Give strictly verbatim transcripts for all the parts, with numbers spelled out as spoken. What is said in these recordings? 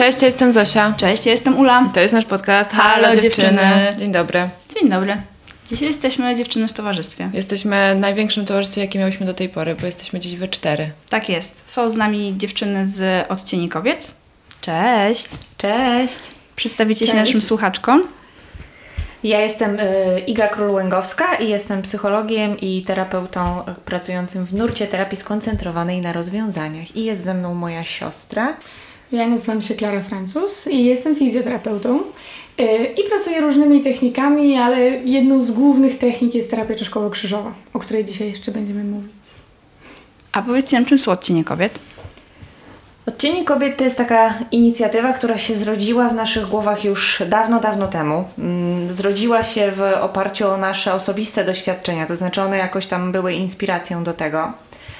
Cześć, ja jestem Zosia. Cześć, ja jestem Ula. To jest nasz podcast Halo, Halo dziewczyny. dziewczyny. Dzień dobry. Dzień dobry. Dzisiaj jesteśmy dziewczyny w towarzystwie. Jesteśmy w największym towarzystwie, jakie miałyśmy do tej pory, bo jesteśmy dziś we cztery. Tak jest. Są z nami dziewczyny z Odcieni Kobiet. Cześć. Cześć. Przedstawicie Cześć. się naszym słuchaczkom. Ja jestem y, Iga Król-Łęgowska i jestem psychologiem i terapeutą pracującym w nurcie terapii skoncentrowanej na rozwiązaniach. I jest ze mną moja siostra. Ja nazywam się Klara Francuz i jestem fizjoterapeutą yy, i pracuję różnymi technikami, ale jedną z głównych technik jest terapia czaszkowo-krzyżowa, o której dzisiaj jeszcze będziemy mówić. A powiedzcie nam, czym są Odcienie Kobiet? Odcienie Kobiet to jest taka inicjatywa, która się zrodziła w naszych głowach już dawno, dawno temu. Zrodziła się w oparciu o nasze osobiste doświadczenia, to znaczy one jakoś tam były inspiracją do tego.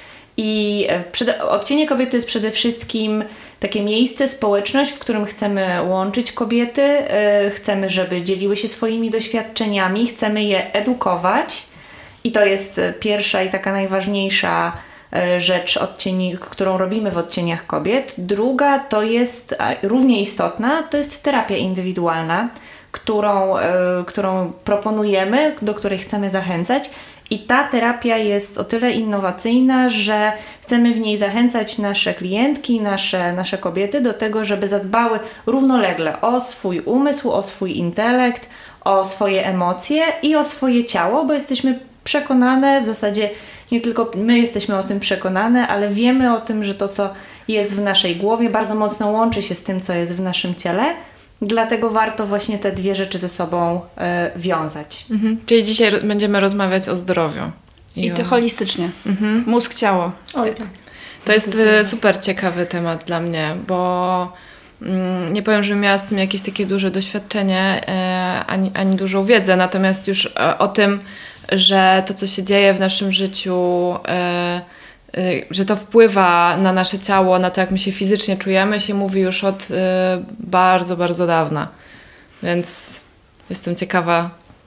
I przede, Odcienie Kobiet to jest przede wszystkim takie miejsce, społeczność, w którym chcemy łączyć kobiety, yy, chcemy, żeby dzieliły się swoimi doświadczeniami, chcemy je edukować i to jest pierwsza i taka najważniejsza yy, rzecz, odcieni, którą robimy w Odcieniach Kobiet. Druga to jest równie istotna, to jest terapia indywidualna, którą, yy, którą proponujemy, do której chcemy zachęcać. I ta terapia jest o tyle innowacyjna, że chcemy w niej zachęcać nasze klientki, nasze, nasze kobiety do tego, żeby zadbały równolegle o swój umysł, o swój intelekt, o swoje emocje i o swoje ciało, bo jesteśmy przekonane, w zasadzie nie tylko my jesteśmy o tym przekonane, ale wiemy o tym, że to, co jest w naszej głowie, bardzo mocno łączy się z tym, co jest w naszym ciele. Dlatego warto właśnie te dwie rzeczy ze sobą y, wiązać. Mhm. Czyli dzisiaj ro- będziemy rozmawiać o zdrowiu. I, I to o... holistycznie. Mhm. Mózg, ciało. Oj, tak. To jest y, super ciekawy temat dla mnie, bo mm, nie powiem, że miała z tym jakieś takie duże doświadczenie, y, ani, ani dużą wiedzę, natomiast już y, o tym, że to, co się dzieje w naszym życiu, y, że to wpływa na nasze ciało, na to, jak my się fizycznie czujemy, się mówi już od y, bardzo, bardzo dawna. Więc jestem ciekawa,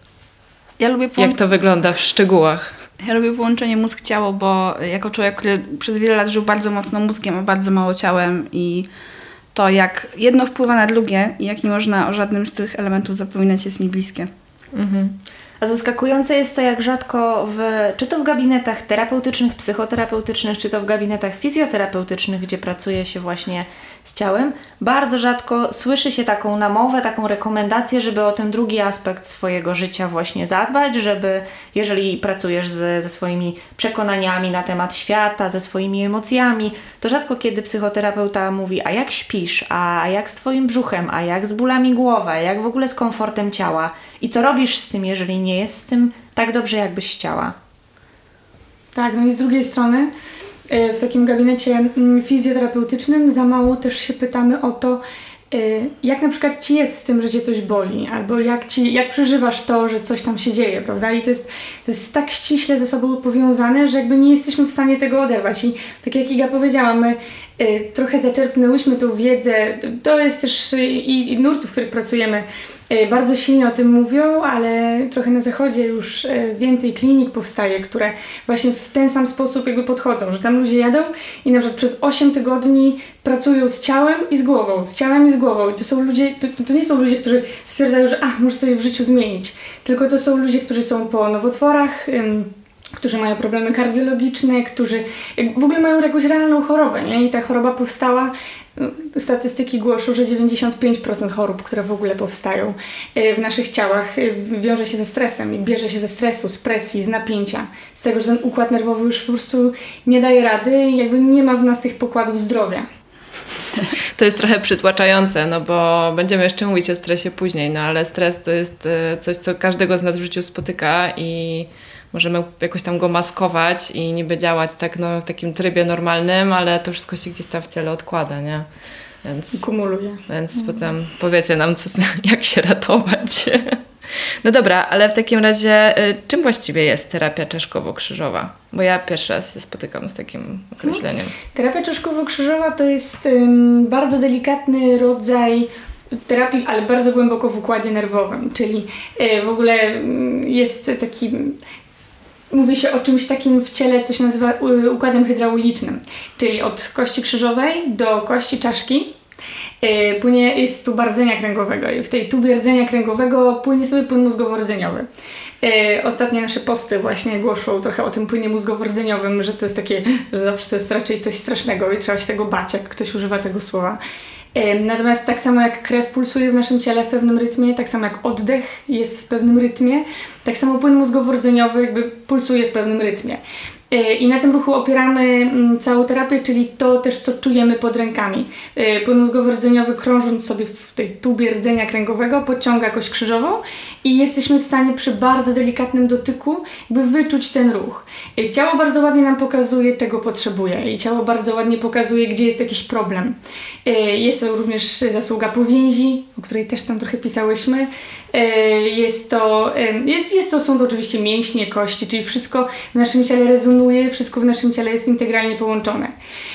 ja lubię połą- jak to wygląda w szczegółach. Ja lubię połączenie mózg-ciało, bo jako człowiek, który przez wiele lat żył bardzo mocno mózgiem, a bardzo mało ciałem i to, jak jedno wpływa na drugie i jak nie można o żadnym z tych elementów zapominać, jest mi bliskie. Mhm. A zaskakujące jest to, jak rzadko w, czy to w gabinetach terapeutycznych, psychoterapeutycznych, czy to w gabinetach fizjoterapeutycznych, gdzie pracuje się właśnie z ciałem, bardzo rzadko słyszy się taką namowę, taką rekomendację, żeby o ten drugi aspekt swojego życia właśnie zadbać, żeby jeżeli pracujesz z, ze swoimi przekonaniami na temat świata, ze swoimi emocjami, to rzadko kiedy psychoterapeuta mówi, a jak śpisz, a, a jak z twoim brzuchem, a jak z bólami głowy, a jak w ogóle z komfortem ciała i co robisz z tym, jeżeli nie jest z tym tak dobrze, jakbyś chciała. Tak, no i z drugiej strony w takim gabinecie fizjoterapeutycznym za mało też się pytamy o to, jak na przykład ci jest z tym, że cię coś boli, albo jak, ci, jak przeżywasz to, że coś tam się dzieje, prawda? I to jest, to jest tak ściśle ze sobą powiązane, że jakby nie jesteśmy w stanie tego oderwać. I tak jak Iga powiedziała, my y, trochę zaczerpnęłyśmy tą wiedzę, to jest też y, i nurty, w których pracujemy, y, bardzo silnie o tym mówią, ale trochę na zachodzie już y, więcej klinik powstaje, które właśnie w ten sam sposób jakby podchodzą, że tam ludzie jadą i na przykład przez osiem tygodni pracują z ciałem i z głową, z ciałem i z głową. I to są ludzie, to, to nie są ludzie, którzy stwierdzają, że a, muszę coś w życiu zmienić. Tylko to są ludzie, którzy są po nowotworach, ym, którzy mają problemy kardiologiczne, którzy w ogóle mają jakąś realną chorobę, nie? I ta choroba powstała, statystyki głoszą, że dziewięćdziesiąt pięć procent chorób, które w ogóle powstają w naszych ciałach, wiąże się ze stresem i bierze się ze stresu, z presji, z napięcia, z tego, że ten układ nerwowy już po prostu nie daje rady i jakby nie ma w nas tych pokładów zdrowia. To jest trochę przytłaczające, no bo będziemy jeszcze mówić o stresie później, no ale stres to jest coś, co każdego z nas w życiu spotyka i możemy jakoś tam go maskować i niby działać tak no, w takim trybie normalnym, ale to wszystko się gdzieś tam w ciele odkłada, nie? Więc, kumuluje. Więc mm. potem powiecie nam, co, jak się ratować. No dobra, ale w takim razie czym właściwie jest terapia czaszkowo-krzyżowa? Bo ja pierwszy raz się spotykam z takim określeniem. Hmm. Terapia czaszkowo-krzyżowa to jest um, bardzo delikatny rodzaj terapii, ale bardzo głęboko w układzie nerwowym, czyli y, w ogóle y, jest taki... Mówi się o czymś takim w ciele, co się nazywa układem hydraulicznym, czyli od kości krzyżowej do kości czaszki Yy, płynie, jest tuba rdzenia kręgowego i w tej tubie rdzenia kręgowego płynie sobie płyn mózgowo-rdzeniowy. Yy, ostatnie nasze posty właśnie głoszą trochę o tym płynie mózgowo-rdzeniowym, że to jest takie, że zawsze to jest raczej coś strasznego i trzeba się tego bać, jak ktoś używa tego słowa. Yy, natomiast tak samo jak krew pulsuje w naszym ciele w pewnym rytmie, tak samo jak oddech jest w pewnym rytmie, tak samo płyn mózgowo-rdzeniowy jakby pulsuje w pewnym rytmie. I na tym ruchu opieramy całą terapię, czyli to też, co czujemy pod rękami. Płyn mózgowo-rdzeniowy, krążąc sobie w tej tubie rdzenia kręgowego, podciąga kość krzyżową i jesteśmy w stanie przy bardzo delikatnym dotyku jakby wyczuć ten ruch. Ciało bardzo ładnie nam pokazuje, czego potrzebuje i ciało bardzo ładnie pokazuje, gdzie jest jakiś problem. Jest to również zasługa powięzi, o której też tam trochę pisałyśmy. Jest to, jest, jest to, są to oczywiście mięśnie, kości, czyli wszystko w naszym ciele rezonuje, wszystko w naszym ciele jest integralnie połączone.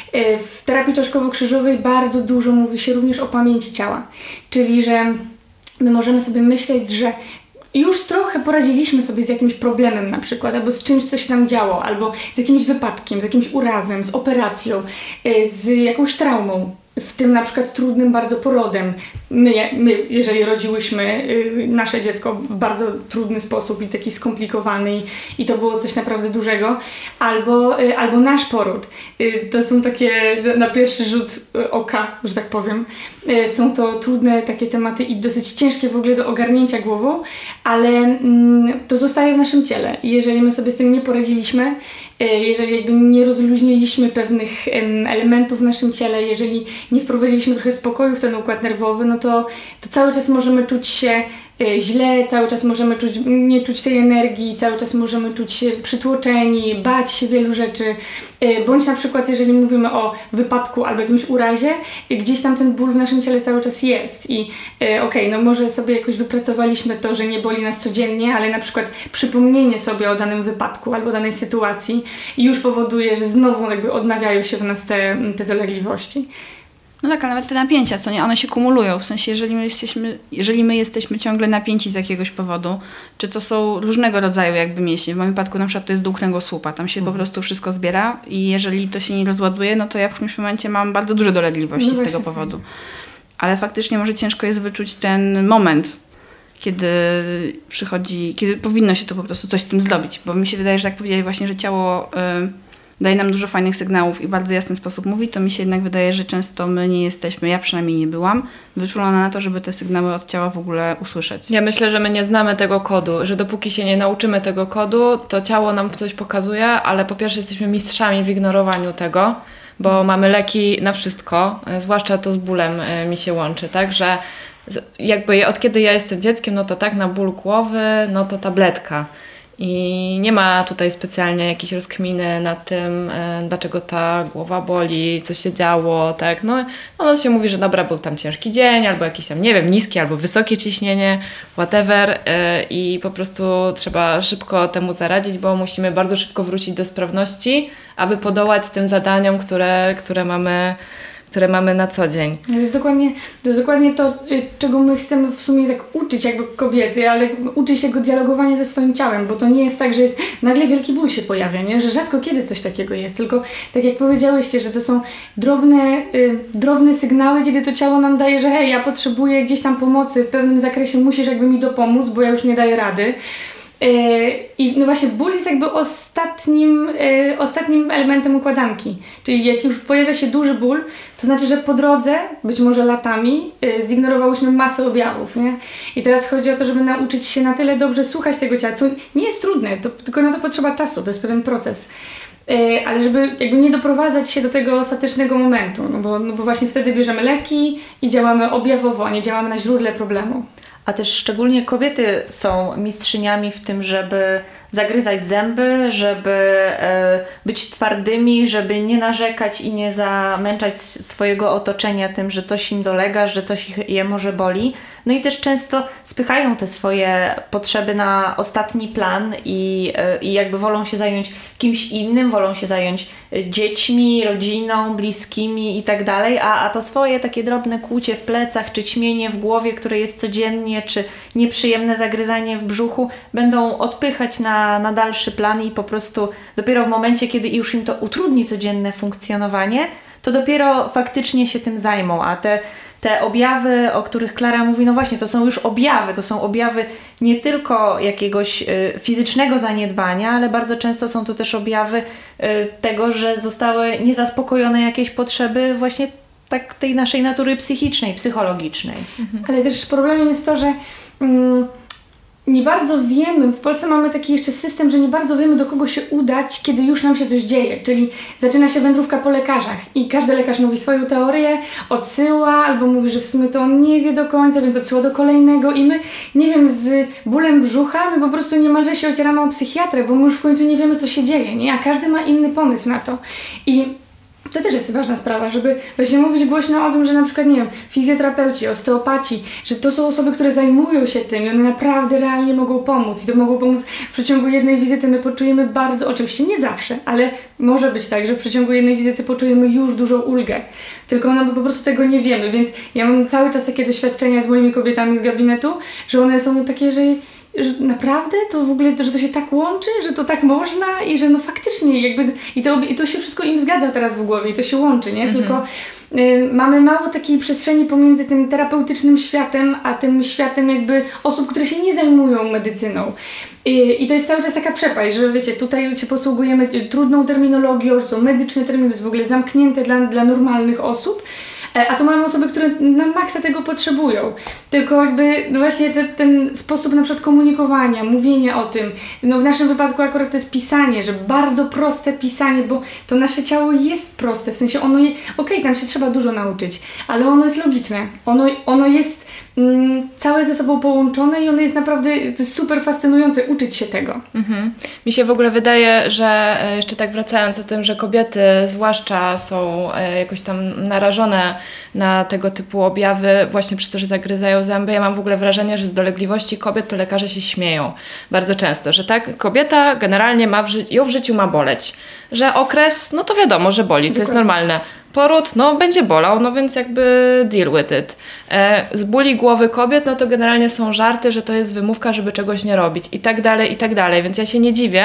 W terapii czaszkowo-krzyżowej bardzo dużo mówi się również o pamięci ciała, czyli że my możemy sobie myśleć, że już trochę poradziliśmy sobie z jakimś problemem na przykład, albo z czymś, co się nam działo, albo z jakimś wypadkiem, z jakimś urazem, z operacją, z jakąś traumą. W tym na przykład trudnym bardzo porodem. My, my jeżeli rodziłyśmy y, nasze dziecko w bardzo trudny sposób i taki skomplikowany i, i to było coś naprawdę dużego, albo, y, albo nasz poród. Y, to są takie na pierwszy rzut oka, że tak powiem, y, są to trudne takie tematy i dosyć ciężkie w ogóle do ogarnięcia głową, ale mm, to zostaje w naszym ciele i jeżeli my sobie z tym nie poradziliśmy, y, jeżeli jakby nie rozluźniliśmy pewnych y, elementów w naszym ciele, jeżeli nie wprowadziliśmy trochę spokoju w ten układ nerwowy, no to, to cały czas możemy czuć się y, źle, cały czas możemy czuć, nie czuć tej energii, cały czas możemy czuć się przytłoczeni, bać się wielu rzeczy, y, bądź na przykład jeżeli mówimy o wypadku albo jakimś urazie, y, gdzieś tam ten ból w naszym ciele cały czas jest i y, okej, okay, no może sobie jakoś wypracowaliśmy to, że nie boli nas codziennie, ale na przykład przypomnienie sobie o danym wypadku albo danej sytuacji już powoduje, że znowu jakby odnawiają się w nas te, te dolegliwości. No tak, ale nawet te napięcia, co nie, one się kumulują, w sensie jeżeli my jesteśmy, jeżeli my jesteśmy ciągle napięci z jakiegoś powodu, czy to są różnego rodzaju jakby mięśnie, w moim wypadku na przykład to jest dół kręgosłupa, tam się mhm. po prostu wszystko zbiera i jeżeli to się nie rozładuje, no to ja w którymś momencie mam bardzo duże dolegliwości no z tego powodu. Tak. Ale faktycznie może ciężko jest wyczuć ten moment, kiedy przychodzi, kiedy powinno się to po prostu coś z tym zrobić, bo mi się wydaje, że tak powiedziałeś właśnie, że ciało y, daje nam dużo fajnych sygnałów i w bardzo jasny sposób mówi, to mi się jednak wydaje, że często my nie jesteśmy, ja przynajmniej nie byłam, wyczulona na to, żeby te sygnały od ciała w ogóle usłyszeć. Ja myślę, że my nie znamy tego kodu, że dopóki się nie nauczymy tego kodu, to ciało nam coś pokazuje, ale po pierwsze jesteśmy mistrzami w ignorowaniu tego, bo mamy leki na wszystko, zwłaszcza to z bólem mi się łączy, tak, że jakby od kiedy ja jestem dzieckiem, no to tak na ból głowy, no to tabletka. I nie ma tutaj specjalnie jakiejś rozkminy nad tym, e, dlaczego ta głowa boli, co się działo, tak. No, no się mówi, że dobra, był tam ciężki dzień, albo jakieś tam, nie wiem, niskie, albo wysokie ciśnienie, whatever. E, I po prostu trzeba szybko temu zaradzić, bo musimy bardzo szybko wrócić do sprawności, aby podołać tym zadaniom, które, które mamy które mamy na co dzień. To jest dokładnie to, jest dokładnie to czego my chcemy w sumie tak uczyć jakby kobiety, ale uczyć się go dialogowania ze swoim ciałem, bo to nie jest tak, że jest nagle wielki ból się pojawia, nie? Że rzadko kiedy coś takiego jest, tylko tak jak powiedziałyście, że to są drobne, y, drobne sygnały, kiedy to ciało nam daje, że hej, ja potrzebuję gdzieś tam pomocy, w pewnym zakresie musisz jakby mi dopomóc, bo ja już nie daję rady. I no właśnie ból jest jakby ostatnim, e, ostatnim elementem układanki. Czyli jak już pojawia się duży ból, to znaczy, że po drodze, być może latami, e, zignorowałyśmy masę objawów, nie? I teraz chodzi o to, żeby nauczyć się na tyle dobrze słuchać tego ciała, co nie jest trudne, to, tylko na to potrzeba czasu, to jest pewien proces. E, ale żeby jakby nie doprowadzać się do tego ostatecznego momentu, no bo, no bo właśnie wtedy bierzemy leki i działamy objawowo, a nie działamy na źródle problemu. A też szczególnie kobiety są mistrzyniami w tym, żeby zagryzać zęby, żeby e, być twardymi, żeby nie narzekać i nie zamęczać swojego otoczenia tym, że coś im dolega, że coś ich, je może boli. No i też często spychają te swoje potrzeby na ostatni plan i, e, i jakby wolą się zająć kimś innym, wolą się zająć dziećmi, rodziną, bliskimi i tak dalej, a, a to swoje takie drobne kłucie w plecach, czy ćmienie w głowie, które jest codziennie, czy nieprzyjemne zagryzanie w brzuchu, będą odpychać na, na dalszy plan i po prostu dopiero w momencie, kiedy już im to utrudni codzienne funkcjonowanie, to dopiero faktycznie się tym zajmą, a te Te objawy, o których Klara mówi, no właśnie, to są już objawy, to są objawy nie tylko jakiegoś y, fizycznego zaniedbania, ale bardzo często są to też objawy y, tego, że zostały niezaspokojone jakieś potrzeby właśnie tak tej naszej natury psychicznej, psychologicznej. Mhm. Ale też problemem jest to, że mm, nie bardzo wiemy, w Polsce mamy taki jeszcze system, że nie bardzo wiemy, do kogo się udać, kiedy już nam się coś dzieje, czyli zaczyna się wędrówka po lekarzach i każdy lekarz mówi swoją teorię, odsyła, albo mówi, że w sumie to on nie wie do końca, więc odsyła do kolejnego i my, nie wiem, z bólem brzucha, my po prostu niemalże się ocieramy o psychiatrę, bo my już w końcu nie wiemy, co się dzieje, nie? A każdy ma inny pomysł na to. I to też jest ważna sprawa, żeby właśnie mówić głośno o tym, że na przykład, nie wiem, fizjoterapeuci, osteopaci, że to są osoby, które zajmują się tym i one naprawdę realnie mogą pomóc i to mogą pomóc w przeciągu jednej wizyty. My poczujemy bardzo, oczywiście nie zawsze, ale może być tak, że w przeciągu jednej wizyty poczujemy już dużą ulgę, tylko no, po prostu tego nie wiemy, więc ja mam cały czas takie doświadczenia z moimi kobietami z gabinetu, że one są takie, że że naprawdę to w ogóle, że to się tak łączy, że to tak można i że no faktycznie jakby i to, i to się wszystko im zgadza teraz w głowie i to się łączy, nie? Mhm. Tylko y, mamy mało takiej przestrzeni pomiędzy tym terapeutycznym światem, a tym światem jakby osób, które się nie zajmują medycyną. I, I to jest cały czas taka przepaść, że wiecie, tutaj się posługujemy trudną terminologią, że są medyczne terminy, to jest w ogóle zamknięte dla, dla normalnych osób. A to mamy osoby, które na maksa tego potrzebują. Tylko jakby no właśnie te, ten sposób na przykład komunikowania, mówienia o tym, no w naszym wypadku akurat to jest pisanie, że bardzo proste pisanie, bo to nasze ciało jest proste, w sensie ono, je, okej, okay, tam się trzeba dużo nauczyć, ale ono jest logiczne, ono, ono jest mm, całe ze sobą połączone i ono jest naprawdę, to jest super fascynujące uczyć się tego. Mhm. Mi się w ogóle wydaje, że jeszcze tak wracając o tym, że kobiety zwłaszcza są jakoś tam narażone na tego typu objawy właśnie przez to, że zagryzają zęby. Ja mam w ogóle wrażenie, że z dolegliwości kobiet to lekarze się śmieją bardzo często, że tak, kobieta generalnie ma w ży- ją w życiu ma boleć, że okres, no to wiadomo, że boli, to Dokładnie. Jest normalne. Poród, no będzie bolał, no więc jakby deal with it. E, z bóli głowy kobiet, no to generalnie są żarty, że to jest wymówka, żeby czegoś nie robić i tak dalej, i tak dalej. Więc ja się nie dziwię,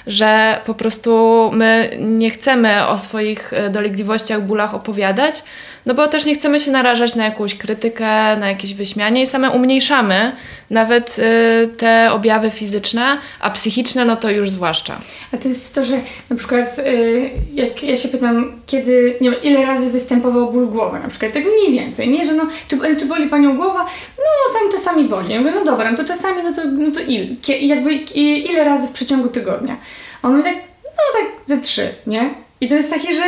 że po prostu my nie chcemy o swoich dolegliwościach, bólach opowiadać, no bo też nie chcemy się narażać na jakąś krytykę, na jakieś wyśmianie i same umniejszamy nawet y, te objawy fizyczne, a psychiczne, no to już zwłaszcza. A to jest to, że na przykład y, jak ja się pytam, kiedy, nie wiem, ile razy występował ból głowy, na przykład tak mniej więcej, nie, że no, czy, czy boli Panią głowa? No tam czasami boli. Ja mówię, no dobra, no to czasami, no to, no to il, jakby ile razy w przeciągu tygodnia? A on mówi tak, no tak ze trzy, nie? I to jest takie, że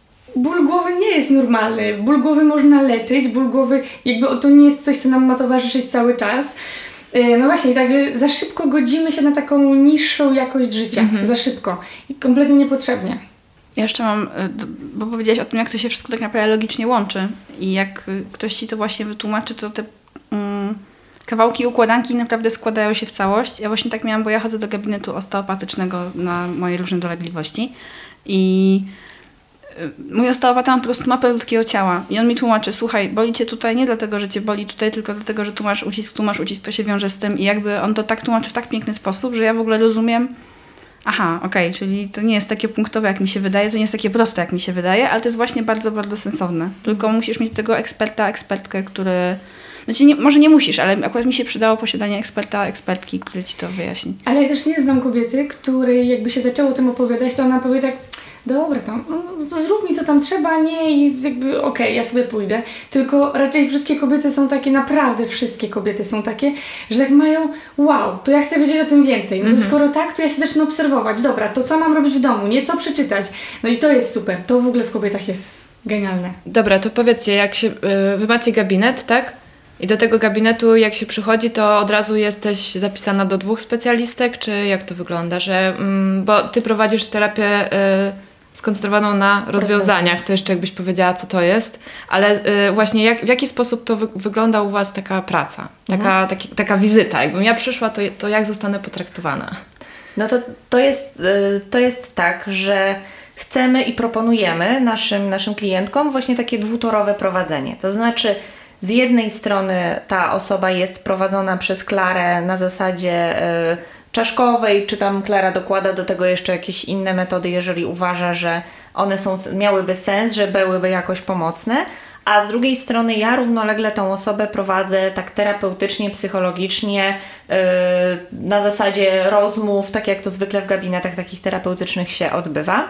ból głowy nie jest normalny. Ból głowy można leczyć, ból głowy jakby to nie jest coś, co nam ma towarzyszyć cały czas. No właśnie, także za szybko godzimy się na taką niższą jakość życia. Mhm. Za szybko. I kompletnie niepotrzebnie. Ja jeszcze mam, bo powiedziałaś o tym, jak to się wszystko tak naprawdę logicznie łączy i jak ktoś Ci to właśnie wytłumaczy, to te um, kawałki układanki naprawdę składają się w całość. Ja właśnie tak miałam, bo ja chodzę do gabinetu osteopatycznego na moje różne dolegliwości i mój osteopata ma po prostu mapę ludzkiego ciała i on mi tłumaczy, słuchaj, boli Cię tutaj nie dlatego, że Cię boli tutaj, tylko dlatego, że tu masz ucisk, tu masz ucisk, to się wiąże z tym i jakby on to tak tłumaczy w tak piękny sposób, że ja w ogóle rozumiem, aha, okej, okay, czyli to nie jest takie punktowe, jak mi się wydaje, to nie jest takie proste, jak mi się wydaje, ale to jest właśnie bardzo, bardzo sensowne. Tylko musisz mieć tego eksperta, ekspertkę, który... Znaczy nie, może nie musisz, ale akurat mi się przydało posiadanie eksperta, ekspertki, który Ci to wyjaśni. Ale ja też nie znam kobiety, której jakby się zaczęło o tym opowiadać, to ona powie tak, dobra tam, no to zrób mi co tam trzeba, nie i jakby okej, okay, ja sobie pójdę. Tylko raczej wszystkie kobiety są takie, naprawdę wszystkie kobiety są takie, że tak mają, wow, to ja chcę wiedzieć o tym więcej. No to mm-hmm. skoro tak, to ja się zacznę obserwować. Dobra, to co mam robić w domu, nie? Co przeczytać? No i to jest super, to w ogóle w kobietach jest genialne. Dobra, to powiedzcie, jak się, wy macie gabinet, tak? I do tego gabinetu, jak się przychodzi, to od razu jesteś zapisana do dwóch specjalistek, czy jak to wygląda? Że, mm, bo ty prowadzisz terapię y, skoncentrowaną na rozwiązaniach, to jeszcze jakbyś powiedziała, co to jest, ale y, właśnie jak, w jaki sposób to wy, wygląda u Was taka praca, taka, mhm. taki, taka wizyta? Jakbym ja przyszła, to, to jak zostanę potraktowana? No to, to, jest, y, to jest tak, że chcemy i proponujemy naszym, naszym klientkom właśnie takie dwutorowe prowadzenie, to znaczy z jednej strony ta osoba jest prowadzona przez Klarę na zasadzie y, czaszkowej, czy tam Klara dokłada do tego jeszcze jakieś inne metody, jeżeli uważa, że one są, miałyby sens, że byłyby jakoś pomocne, a z drugiej strony ja równolegle tą osobę prowadzę tak terapeutycznie, psychologicznie, yy, na zasadzie rozmów, tak jak to zwykle w gabinetach takich terapeutycznych się odbywa.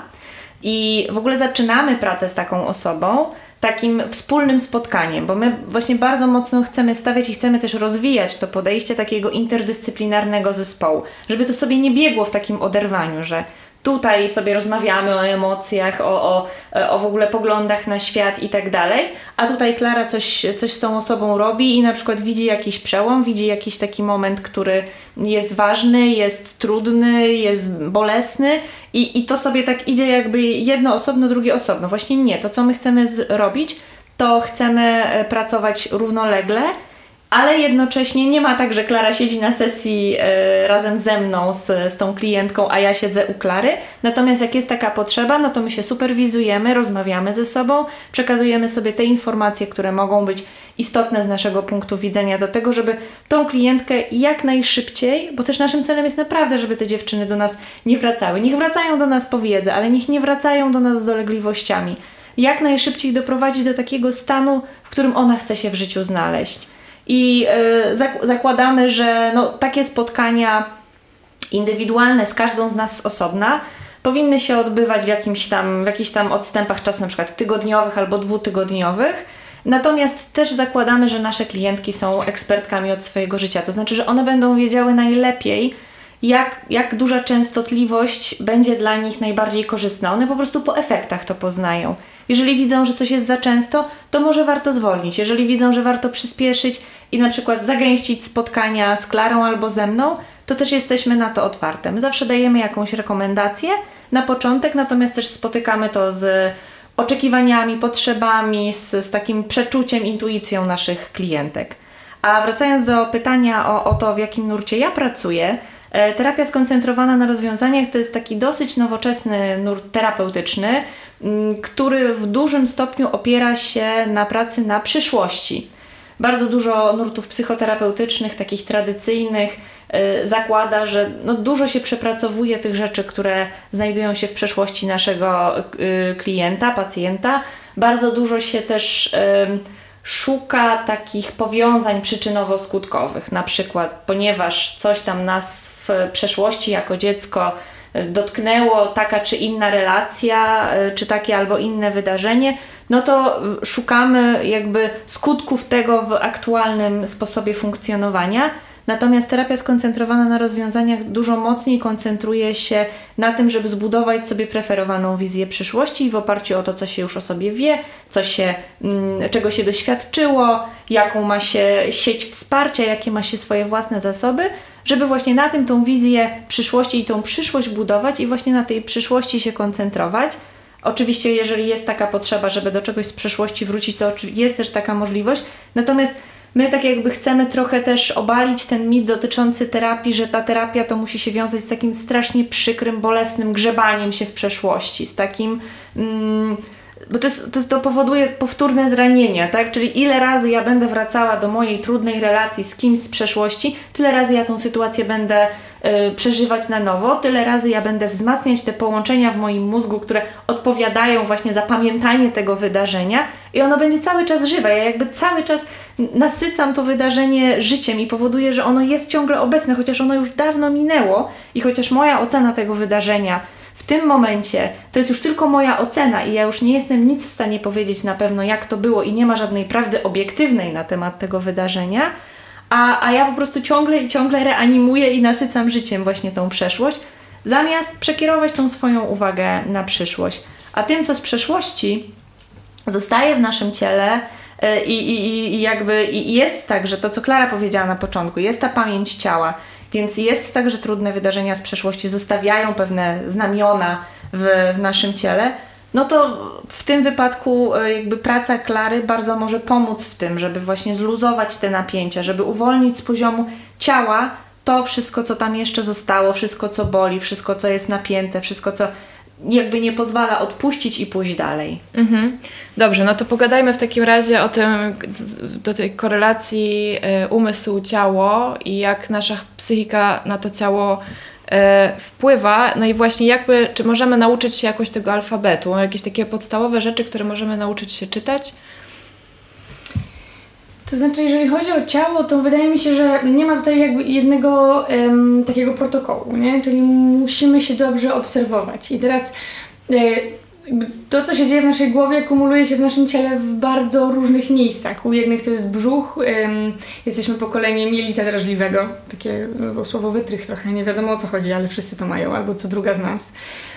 I w ogóle zaczynamy pracę z taką osobą takim wspólnym spotkaniem, bo my właśnie bardzo mocno chcemy stawiać i chcemy też rozwijać to podejście takiego interdyscyplinarnego zespołu, żeby to sobie nie biegło w takim oderwaniu, że tutaj sobie rozmawiamy o emocjach, o, o, o w ogóle poglądach na świat i tak dalej, a tutaj Klara coś, coś z tą osobą robi i na przykład widzi jakiś przełom, widzi jakiś taki moment, który jest ważny, jest trudny, jest bolesny i, i to sobie tak idzie jakby jedno osobno, drugie osobno. Właśnie nie. To, co my chcemy zrobić, to chcemy pracować równolegle, ale jednocześnie nie ma tak, że Klara siedzi na sesji y, razem ze mną, z, z tą klientką, a ja siedzę u Klary. Natomiast jak jest taka potrzeba, no to my się superwizujemy, rozmawiamy ze sobą, przekazujemy sobie te informacje, które mogą być istotne z naszego punktu widzenia do tego, żeby tą klientkę jak najszybciej, bo też naszym celem jest naprawdę, żeby te dziewczyny do nas nie wracały. Niech wracają do nas po wiedzę, ale niech nie wracają do nas z dolegliwościami. Jak najszybciej doprowadzić do takiego stanu, w którym ona chce się w życiu znaleźć. I y, zak- zakładamy, że no, takie spotkania indywidualne z każdą z nas z osobna powinny się odbywać w, jakimś tam, w jakichś tam odstępach czasu, na przykład tygodniowych albo dwutygodniowych. Natomiast też zakładamy, że nasze klientki są ekspertkami od swojego życia. To znaczy, że one będą wiedziały najlepiej, jak, jak duża częstotliwość będzie dla nich najbardziej korzystna. One po prostu po efektach to poznają. Jeżeli widzą, że coś jest za często, to może warto zwolnić. Jeżeli widzą, że warto przyspieszyć i na przykład zagęścić spotkania z Klarą albo ze mną, to też jesteśmy na to otwarte. My zawsze dajemy jakąś rekomendację na początek, natomiast też spotykamy to z oczekiwaniami, potrzebami, z, z takim przeczuciem, intuicją naszych klientek. A wracając do pytania o, o to, w jakim nurcie ja pracuję, e, terapia skoncentrowana na rozwiązaniach to jest taki dosyć nowoczesny nurt terapeutyczny, m, który w dużym stopniu opiera się na pracy na przyszłości. Bardzo dużo nurtów psychoterapeutycznych, takich tradycyjnych, y, zakłada, że no, dużo się przepracowuje tych rzeczy, które znajdują się w przeszłości naszego y, klienta, pacjenta. Bardzo dużo się też y, szuka takich powiązań przyczynowo-skutkowych. Na przykład, ponieważ coś tam nas w przeszłości jako dziecko dotknęło, taka czy inna relacja, czy takie albo inne wydarzenie, no to szukamy jakby skutków tego w aktualnym sposobie funkcjonowania. Natomiast terapia skoncentrowana na rozwiązaniach dużo mocniej koncentruje się na tym, żeby zbudować sobie preferowaną wizję przyszłości i w oparciu o to, co się już o sobie wie, co się, czego się doświadczyło, jaką ma się sieć wsparcia, jakie ma się swoje własne zasoby, żeby właśnie na tym tą wizję przyszłości i tą przyszłość budować i właśnie na tej przyszłości się koncentrować. Oczywiście, jeżeli jest taka potrzeba, żeby do czegoś z przeszłości wrócić, to jest też taka możliwość. Natomiast my tak jakby chcemy trochę też obalić ten mit dotyczący terapii, że ta terapia to musi się wiązać z takim strasznie przykrym, bolesnym grzebaniem się w przeszłości, z takim... Mm, bo to, jest, to, to powoduje powtórne zranienia, tak? Czyli ile razy ja będę wracała do mojej trudnej relacji z kimś z przeszłości, tyle razy ja tą sytuację będę y, przeżywać na nowo, tyle razy ja będę wzmacniać te połączenia w moim mózgu, które odpowiadają właśnie za pamiętanie tego wydarzenia i ono będzie cały czas żywe. Ja jakby cały czas nasycam to wydarzenie życiem i powoduje, że ono jest ciągle obecne, chociaż ono już dawno minęło i chociaż moja ocena tego wydarzenia w tym momencie to jest już tylko moja ocena i ja już nie jestem nic w stanie powiedzieć na pewno, jak to było i nie ma żadnej prawdy obiektywnej na temat tego wydarzenia, a, a ja po prostu ciągle i ciągle reanimuję i nasycam życiem właśnie tą przeszłość, zamiast przekierować tą swoją uwagę na przyszłość. A tym, co z przeszłości zostaje w naszym ciele i, i, i jakby i jest tak, że to, co Klara powiedziała na początku, jest ta pamięć ciała. Więc jest tak, że trudne wydarzenia z przeszłości zostawiają pewne znamiona w, w naszym ciele, no to w tym wypadku jakby praca Klary bardzo może pomóc w tym, żeby właśnie zluzować te napięcia, żeby uwolnić z poziomu ciała to wszystko, co tam jeszcze zostało, wszystko, co boli, wszystko, co jest napięte, wszystko, co jakby nie pozwala odpuścić i pójść dalej. Mhm. Dobrze, no to pogadajmy w takim razie o tym, do tej korelacji umysł-ciało i jak nasza psychika na to ciało e, wpływa, no i właśnie jakby, czy możemy nauczyć się jakoś tego alfabetu, jakieś takie podstawowe rzeczy, które możemy nauczyć się czytać? To znaczy, jeżeli chodzi o ciało, to wydaje mi się, że nie ma tutaj jakby jednego em, takiego protokołu, nie? Czyli musimy się dobrze obserwować. I teraz e, to, co się dzieje w naszej głowie, kumuluje się w naszym ciele w bardzo różnych miejscach. U jednych to jest brzuch, em, jesteśmy pokoleniem jelita drażliwego, takie no, słowo wytrych trochę, nie wiadomo o co chodzi, ale wszyscy to mają, albo co druga z nas.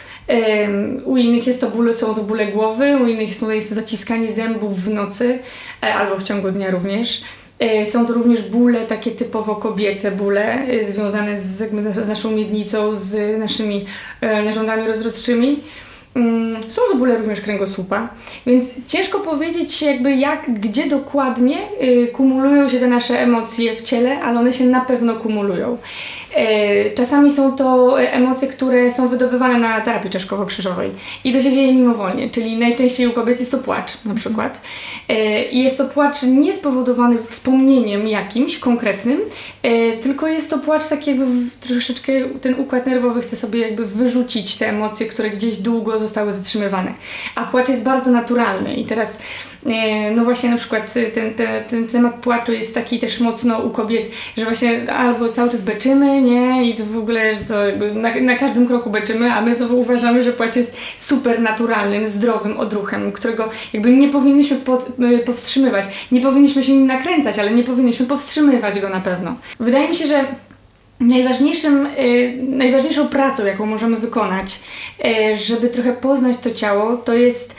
Um, u innych jest to bóle, są to bóle głowy, u innych jest to, jest to zaciskanie zębów w nocy e, albo w ciągu dnia również. E, są to również bóle takie typowo kobiece bóle e, związane z, jakby, z naszą miednicą, z naszymi e, narządami rozrodczymi. Um, są to bóle również kręgosłupa, więc ciężko powiedzieć jakby jak, gdzie dokładnie y, kumulują się te nasze emocje w ciele, ale one się na pewno kumulują. E, czasami są to emocje, które są wydobywane na terapii czaszkowo-krzyżowej i to się dzieje mimowolnie, czyli najczęściej u kobiet jest to płacz na przykład. E, I jest to płacz nie spowodowany wspomnieniem jakimś konkretnym, e, tylko jest to płacz taki jakby troszeczkę ten układ nerwowy chce sobie jakby wyrzucić te emocje, które gdzieś długo zostały zatrzymywane. A płacz jest bardzo naturalny i teraz e, no właśnie na przykład ten, ten, ten temat płaczu jest taki też mocno u kobiet, że właśnie albo cały czas beczymy, nie? I to w ogóle, że to jakby na, na każdym kroku beczymy, a my sobie uważamy, że płacz jest super naturalnym, zdrowym odruchem, którego jakby nie powinniśmy pod, powstrzymywać. Nie powinniśmy się nim nakręcać, ale nie powinniśmy powstrzymywać go na pewno. Wydaje mi się, że najważniejszym, y, najważniejszą pracą, jaką możemy wykonać, y, żeby trochę poznać to ciało, to jest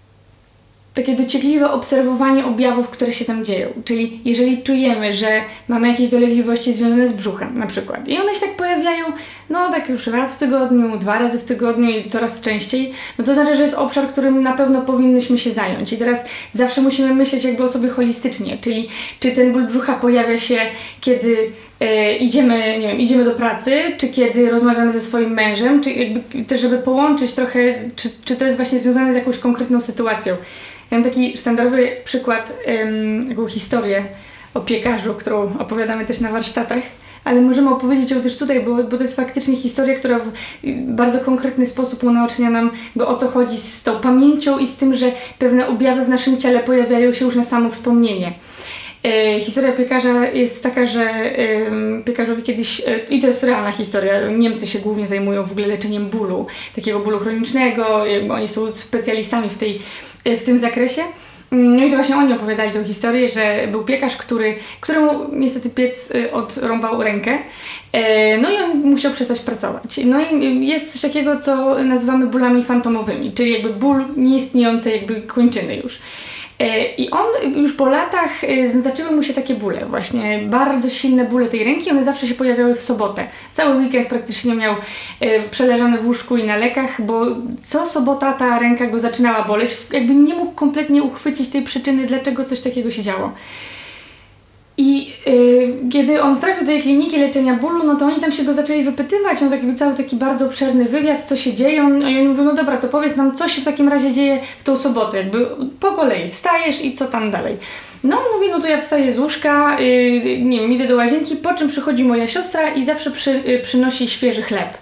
takie dociekliwe obserwowanie objawów, które się tam dzieją. Czyli jeżeli czujemy, że mamy jakieś dolegliwości związane z brzuchem na przykład i one się tak pojawiają, no tak już raz w tygodniu, dwa razy w tygodniu i coraz częściej, no to znaczy, że jest obszar, którym na pewno powinnyśmy się zająć. I teraz zawsze musimy myśleć jakby o sobie holistycznie, czyli czy ten ból brzucha pojawia się, kiedy e, idziemy, nie wiem, idziemy do pracy, czy kiedy rozmawiamy ze swoim mężem, czy jakby też, żeby połączyć trochę, czy, czy to jest właśnie związane z jakąś konkretną sytuacją. Ja mam taki sztandarowy przykład, um, taką historię o piekarzu, którą opowiadamy też na warsztatach, ale możemy opowiedzieć ją też tutaj, bo, bo to jest faktycznie historia, która w bardzo konkretny sposób unaocznia nam, bo o co chodzi z tą pamięcią i z tym, że pewne objawy w naszym ciele pojawiają się już na samo wspomnienie. E, historia piekarza jest taka, że e, piekarzowi kiedyś, e, i to jest realna historia, Niemcy się głównie zajmują w ogóle leczeniem bólu, takiego bólu chronicznego, e, oni są specjalistami w, tej, e, w tym zakresie. No i to właśnie oni opowiadali tę historię, że był piekarz, który, któremu niestety piec odrąbał rękę, no i on musiał przestać pracować. No i jest coś takiego, co nazywamy bólami fantomowymi, czyli jakby ból nieistniejącej jakby kończyny już. I on już po latach zaczęły mu się takie bóle, właśnie bardzo silne bóle tej ręki, one zawsze się pojawiały w sobotę. Cały weekend praktycznie miał przeleżany w łóżku i na lekach, bo co sobota ta ręka go zaczynała boleć, jakby nie mógł kompletnie uchwycić tej przyczyny, dlaczego coś takiego się działo. I yy, kiedy on trafił do tej kliniki leczenia bólu, no to oni tam się go zaczęli wypytywać, on taki był cały taki bardzo obszerny wywiad, co się dzieje, on, i oni mówią, no dobra, to powiedz nam, co się w takim razie dzieje w tą sobotę, jakby po kolei, wstajesz i co tam dalej. No on mówi, no to ja wstaję z łóżka, yy, nie wiem, idę do łazienki, po czym przychodzi moja siostra i zawsze przy, yy, przynosi świeży chleb.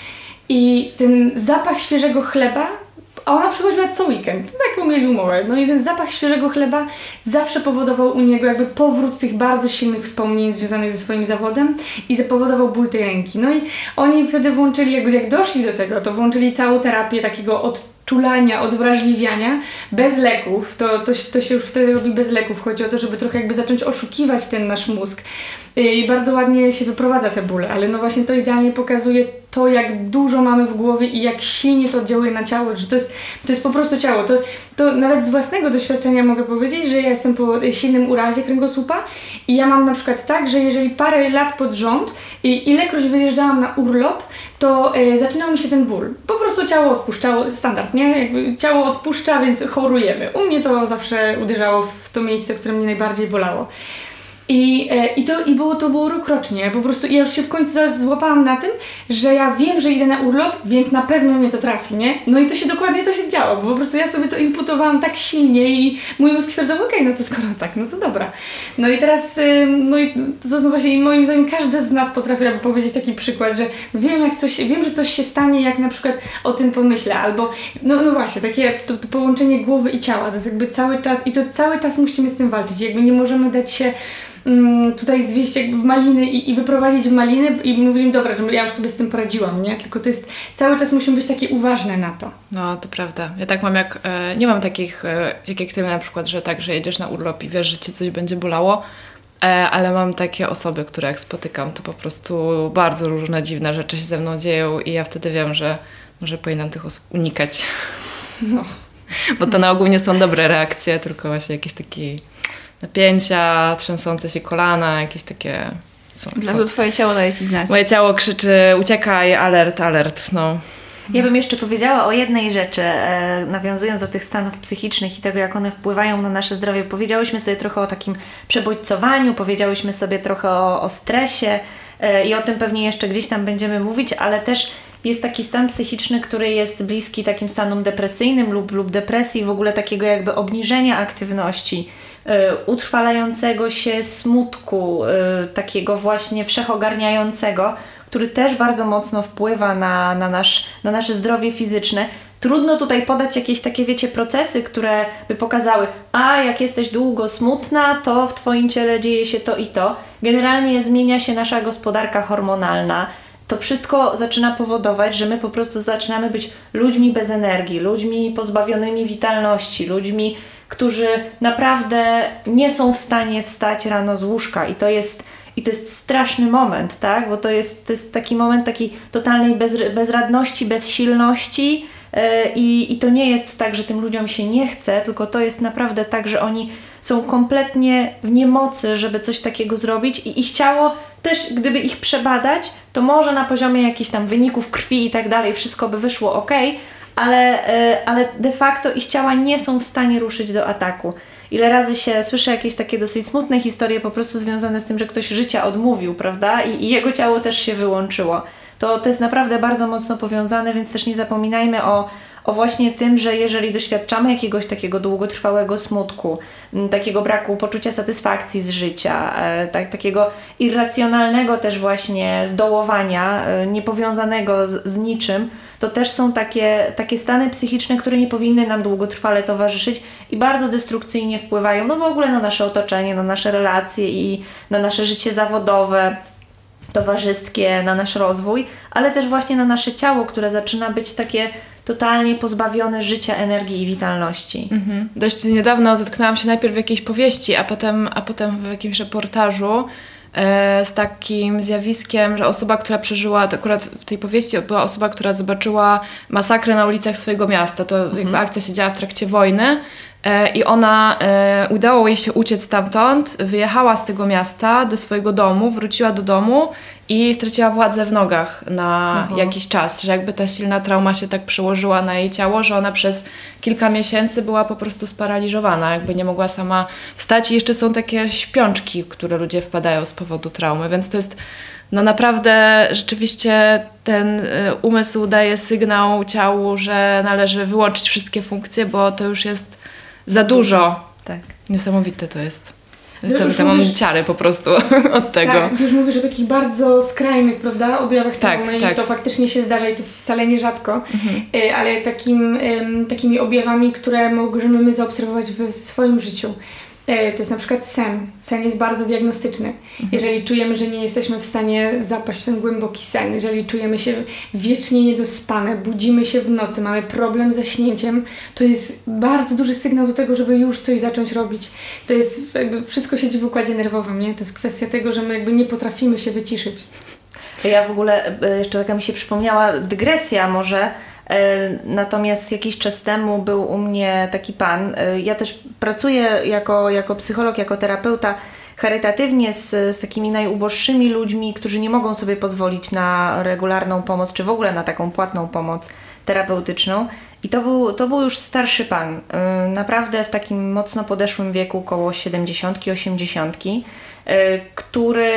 I ten zapach świeżego chleba, a ona przychodziła co weekend, taką mieli umowę. No i ten zapach świeżego chleba zawsze powodował u niego jakby powrót tych bardzo silnych wspomnień związanych ze swoim zawodem i zapowodował ból tej ręki. No i oni wtedy włączyli, jakby jak doszli do tego, to włączyli całą terapię takiego odczulania, odwrażliwiania, bez leków. To, to, to się już wtedy robi bez leków. Chodzi o to, żeby trochę jakby zacząć oszukiwać ten nasz mózg. I bardzo ładnie się wyprowadza te bóle, ale no właśnie to idealnie pokazuje to, jak dużo mamy w głowie i jak silnie to oddziałuje na ciało, że to jest, to jest po prostu ciało. To, to nawet z własnego doświadczenia mogę powiedzieć, że ja jestem po silnym urazie kręgosłupa i ja mam na przykład tak, że jeżeli parę lat pod rząd i ilekroć wyjeżdżałam na urlop, to e, zaczynał mi się ten ból. Po prostu ciało odpuszczało, standard, nie? Jakby ciało odpuszcza, więc chorujemy. U mnie to zawsze uderzało w to miejsce, które mnie najbardziej bolało. I, e, i, to, i było to było rokrocznie. Po prostu ja już się w końcu złapałam na tym, że ja wiem, że idę na urlop, więc na pewno mnie to trafi, nie? No i to się dokładnie to się działo, bo po prostu ja sobie to imputowałam tak silnie i mój mózg stwierdzał, okej, okay, no to skoro tak, no to dobra. No i teraz, no i to są właśnie, moim zdaniem każdy z nas potrafiłaby powiedzieć taki przykład, że wiem jak coś, wiem, że coś się stanie, jak na przykład o tym pomyślę, albo no, no właśnie, takie to, to połączenie głowy i ciała, to jest jakby cały czas i to cały czas musimy z tym walczyć, jakby nie możemy dać się um, tutaj zwieść jakby w maliny i, i wyprowadzić w maliny i mówić im, dobra, że ja już sobie z tym poradziłam, nie? Tylko to jest, cały czas musimy być takie uważne na to. No, to prawda. Ja tak mam jak, e, nie mam takich, e, jak, jak ty na przykład, że tak, że jedziesz na urlop i wiesz, że cię coś będzie bolało, e, ale mam takie osoby, które jak spotykam, to po prostu bardzo różne dziwne rzeczy się ze mną dzieją i ja wtedy wiem, że może powinnam tych osób unikać. No. Bo to na ogół nie są dobre reakcje, tylko właśnie jakieś takie napięcia, trzęsące się kolana, jakieś takie... Są, Dla to twoje ciało daje ci znać. Moje ciało krzyczy, uciekaj, alert, alert, no. Ja bym jeszcze powiedziała o jednej rzeczy, e, nawiązując do tych stanów psychicznych i tego, jak one wpływają na nasze zdrowie. Powiedziałyśmy sobie trochę o takim przebodźcowaniu, powiedziałyśmy sobie trochę o, o stresie e, i o tym pewnie jeszcze gdzieś tam będziemy mówić, ale też jest taki stan psychiczny, który jest bliski takim stanom depresyjnym lub, lub depresji, w ogóle takiego jakby obniżenia aktywności, y, utrwalającego się smutku, y, takiego właśnie wszechogarniającego, który też bardzo mocno wpływa na, na, nasz, na nasze zdrowie fizyczne. Trudno tutaj podać jakieś takie, wiecie, procesy, które by pokazały, a jak jesteś długo smutna, to w Twoim ciele dzieje się to i to. Generalnie zmienia się nasza gospodarka hormonalna. To wszystko zaczyna powodować, że my po prostu zaczynamy być ludźmi bez energii, ludźmi pozbawionymi witalności, ludźmi, którzy naprawdę nie są w stanie wstać rano z łóżka i to jest, i to jest straszny moment, tak? Bo to jest, to jest taki moment takiej totalnej bez, bezradności, bezsilności yy, i, i to nie jest tak, że tym ludziom się nie chce, tylko to jest naprawdę tak, że oni są kompletnie w niemocy, żeby coś takiego zrobić i ich ciało też, gdyby ich przebadać, to może na poziomie jakichś tam wyników krwi i tak dalej wszystko by wyszło ok, ale, yy, ale de facto ich ciała nie są w stanie ruszyć do ataku. Ile razy się słyszę jakieś takie dosyć smutne historie po prostu związane z tym, że ktoś życia odmówił, prawda? I, i jego ciało też się wyłączyło. To, to jest naprawdę bardzo mocno powiązane, więc też nie zapominajmy o, o właśnie tym, że jeżeli doświadczamy jakiegoś takiego długotrwałego smutku, m, takiego braku poczucia satysfakcji z życia, e, tak, takiego irracjonalnego też właśnie zdołowania, e, niepowiązanego z, z niczym, to też są takie, takie stany psychiczne, które nie powinny nam długotrwale towarzyszyć i bardzo destrukcyjnie wpływają no w ogóle na nasze otoczenie, na nasze relacje i na nasze życie zawodowe, towarzyskie, na nasz rozwój, ale też właśnie na nasze ciało, które zaczyna być takie totalnie pozbawione życia, energii i witalności. Mhm. Dość niedawno zetknęłam się najpierw w jakiejś powieści, a potem, a potem w jakimś reportażu e, z takim zjawiskiem, że osoba, która przeżyła, to akurat w tej powieści była osoba, która zobaczyła masakrę na ulicach swojego miasta. To mhm. jakby akcja się działa w trakcie wojny. I ona, e, udało jej się uciec stamtąd, wyjechała z tego miasta do swojego domu, wróciła do domu i straciła władzę w nogach na mhm. jakiś czas, że jakby ta silna trauma się tak przełożyła na jej ciało, że ona przez kilka miesięcy była po prostu sparaliżowana, jakby nie mogła sama wstać i jeszcze są takie śpiączki, które ludzie wpadają z powodu traumy, więc to jest no naprawdę rzeczywiście ten y, umysł daje sygnał ciału, że należy wyłączyć wszystkie funkcje, bo to już jest za dużo. Tak. Niesamowite to jest. Jestem, to mam ciary po prostu od tego. Tak, ty już mówisz o takich bardzo skrajnych, prawda, objawach tak, traumy tak. i to faktycznie się zdarza i to wcale nie rzadko, mhm. y, ale takim, y, takimi objawami, które możemy my zaobserwować w swoim życiu. To jest na przykład sen. Sen jest bardzo diagnostyczny. Mhm. Jeżeli czujemy, że nie jesteśmy w stanie zapaść w ten głęboki sen, jeżeli czujemy się wiecznie niedospane, budzimy się w nocy, mamy problem ze śnięciem, to jest bardzo duży sygnał do tego, żeby już coś zacząć robić. To jest, jakby wszystko siedzi w układzie nerwowym, nie? To jest kwestia tego, że my jakby nie potrafimy się wyciszyć. Ja w ogóle, jeszcze taka mi się przypomniała dygresja może, natomiast jakiś czas temu był u mnie taki pan, ja też pracuję jako, jako psycholog, jako terapeuta charytatywnie z, z takimi najuboższymi ludźmi, którzy nie mogą sobie pozwolić na regularną pomoc, czy w ogóle na taką płatną pomoc terapeutyczną I to był, to był już starszy pan, yy, naprawdę w takim mocno podeszłym wieku, około siedemdziesiątki, osiemdziesiątki, yy, który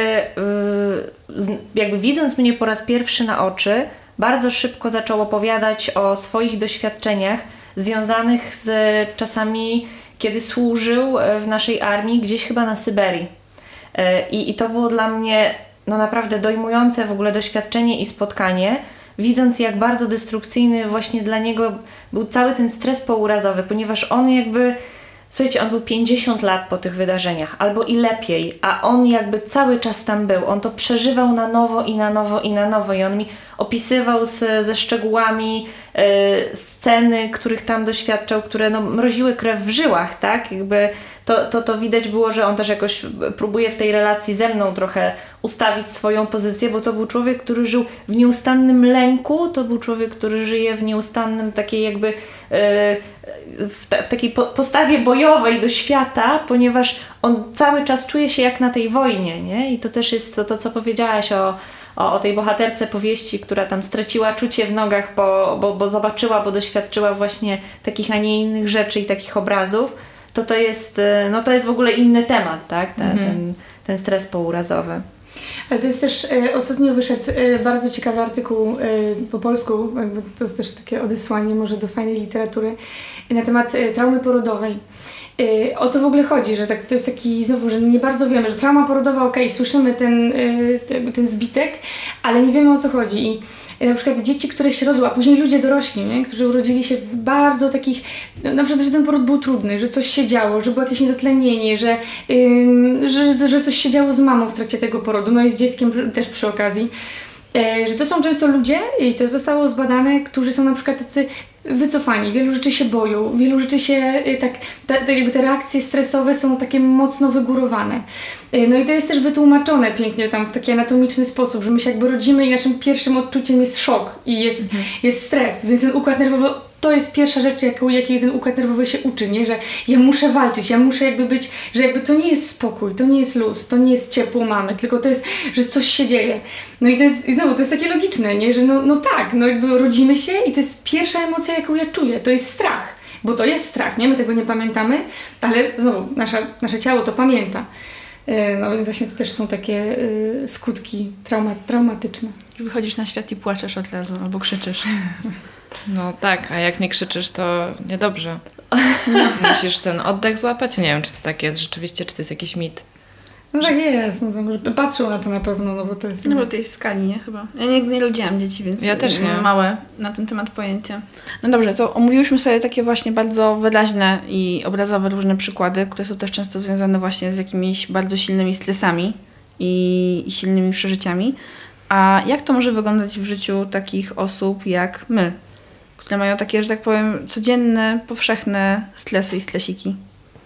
yy, jakby widząc mnie po raz pierwszy na oczy, bardzo szybko zaczął opowiadać o swoich doświadczeniach związanych z czasami, kiedy służył w naszej armii, gdzieś chyba na Syberii. I, i to było dla mnie no naprawdę dojmujące w ogóle doświadczenie i spotkanie, widząc jak bardzo destrukcyjny właśnie dla niego był cały ten stres pourazowy, ponieważ on jakby, słuchajcie, on był pięćdziesiąt lat po tych wydarzeniach, albo i lepiej, a on jakby cały czas tam był, on to przeżywał na nowo i na nowo i na nowo i on mi opisywał z, ze szczegółami y, sceny, których tam doświadczał, które no, mroziły krew w żyłach, tak, jakby to, to, to widać było, że on też jakoś próbuje w tej relacji ze mną trochę ustawić swoją pozycję, bo to był człowiek, który żył w nieustannym lęku, to był człowiek, który żyje w nieustannym takiej jakby yy, w, ta, w takiej po, postawie bojowej do świata, ponieważ on cały czas czuje się jak na tej wojnie, nie? I to też jest to, to co powiedziałaś o, o, o tej bohaterce powieści, która tam straciła czucie w nogach, bo, bo, bo zobaczyła, bo doświadczyła właśnie takich, a nie innych rzeczy i takich obrazów. To to jest, no to jest w ogóle inny temat, tak? Ten, mhm. ten, ten stres pourazowy. Ale to jest też, e, ostatnio wyszedł e, bardzo ciekawy artykuł e, po polsku, jakby to jest też takie odesłanie może do fajnej literatury, na temat e, traumy porodowej. E, o co w ogóle chodzi, że tak, to jest taki, znowu, że nie bardzo wiemy, że trauma porodowa, okej, okay, słyszymy ten, e, ten, ten zbitek, ale nie wiemy o co chodzi. I na przykład dzieci, które się rodzą, a później ludzie dorośli, nie? Którzy urodzili się w bardzo takich, no, na przykład, że ten poród był trudny, że coś się działo, że było jakieś niedotlenienie, że, yy, że, że coś się działo z mamą w trakcie tego porodu, no i z dzieckiem też przy okazji. Yy, że to są często ludzie, i to zostało zbadane, którzy są na przykład tacy wycofani, wielu rzeczy się boją, wielu rzeczy się, yy, tak, ta, ta, jakby te reakcje stresowe są takie mocno wygórowane. Yy, no i to jest też wytłumaczone pięknie tam w taki anatomiczny sposób, że my się jakby rodzimy i naszym pierwszym odczuciem jest szok i jest, mhm. jest stres, więc ten układ nerwowy, to jest pierwsza rzecz, jaką, jakiej ten układ nerwowy się uczy, nie? Że ja muszę walczyć, ja muszę jakby być, że jakby to nie jest spokój, to nie jest luz, to nie jest ciepło mamy, tylko to jest, że coś się dzieje. No i to jest, i znowu, to jest takie logiczne, nie? Że no, no tak, no jakby rodzimy się i to jest pierwsza emocja, jaką ja czuję, to jest strach, bo to jest strach, nie? My tego nie pamiętamy, ale znowu, nasza, nasze ciało to pamięta. No więc właśnie to też są takie y, skutki trauma, traumatyczne. Wychodzisz na świat i płaczesz od razu, albo krzyczysz. No tak, a jak nie krzyczysz, to niedobrze. Musisz ten oddech złapać. Nie wiem, czy to tak jest rzeczywiście, czy to jest jakiś mit. No tak jest, no to może patrzą na to na pewno, no bo to jest... No bo to jest skali, nie? Chyba. Ja nigdy nie rodziłam dzieci, więc ja też nie. Mam małe na ten temat pojęcia. No dobrze, to omówiłyśmy sobie takie właśnie bardzo wyraźne i obrazowe różne przykłady, które są też często związane właśnie z jakimiś bardzo silnymi stresami i, i silnymi przeżyciami. A jak to może wyglądać w życiu takich osób jak my, które mają takie, że tak powiem, codzienne, powszechne stresy i stresiki?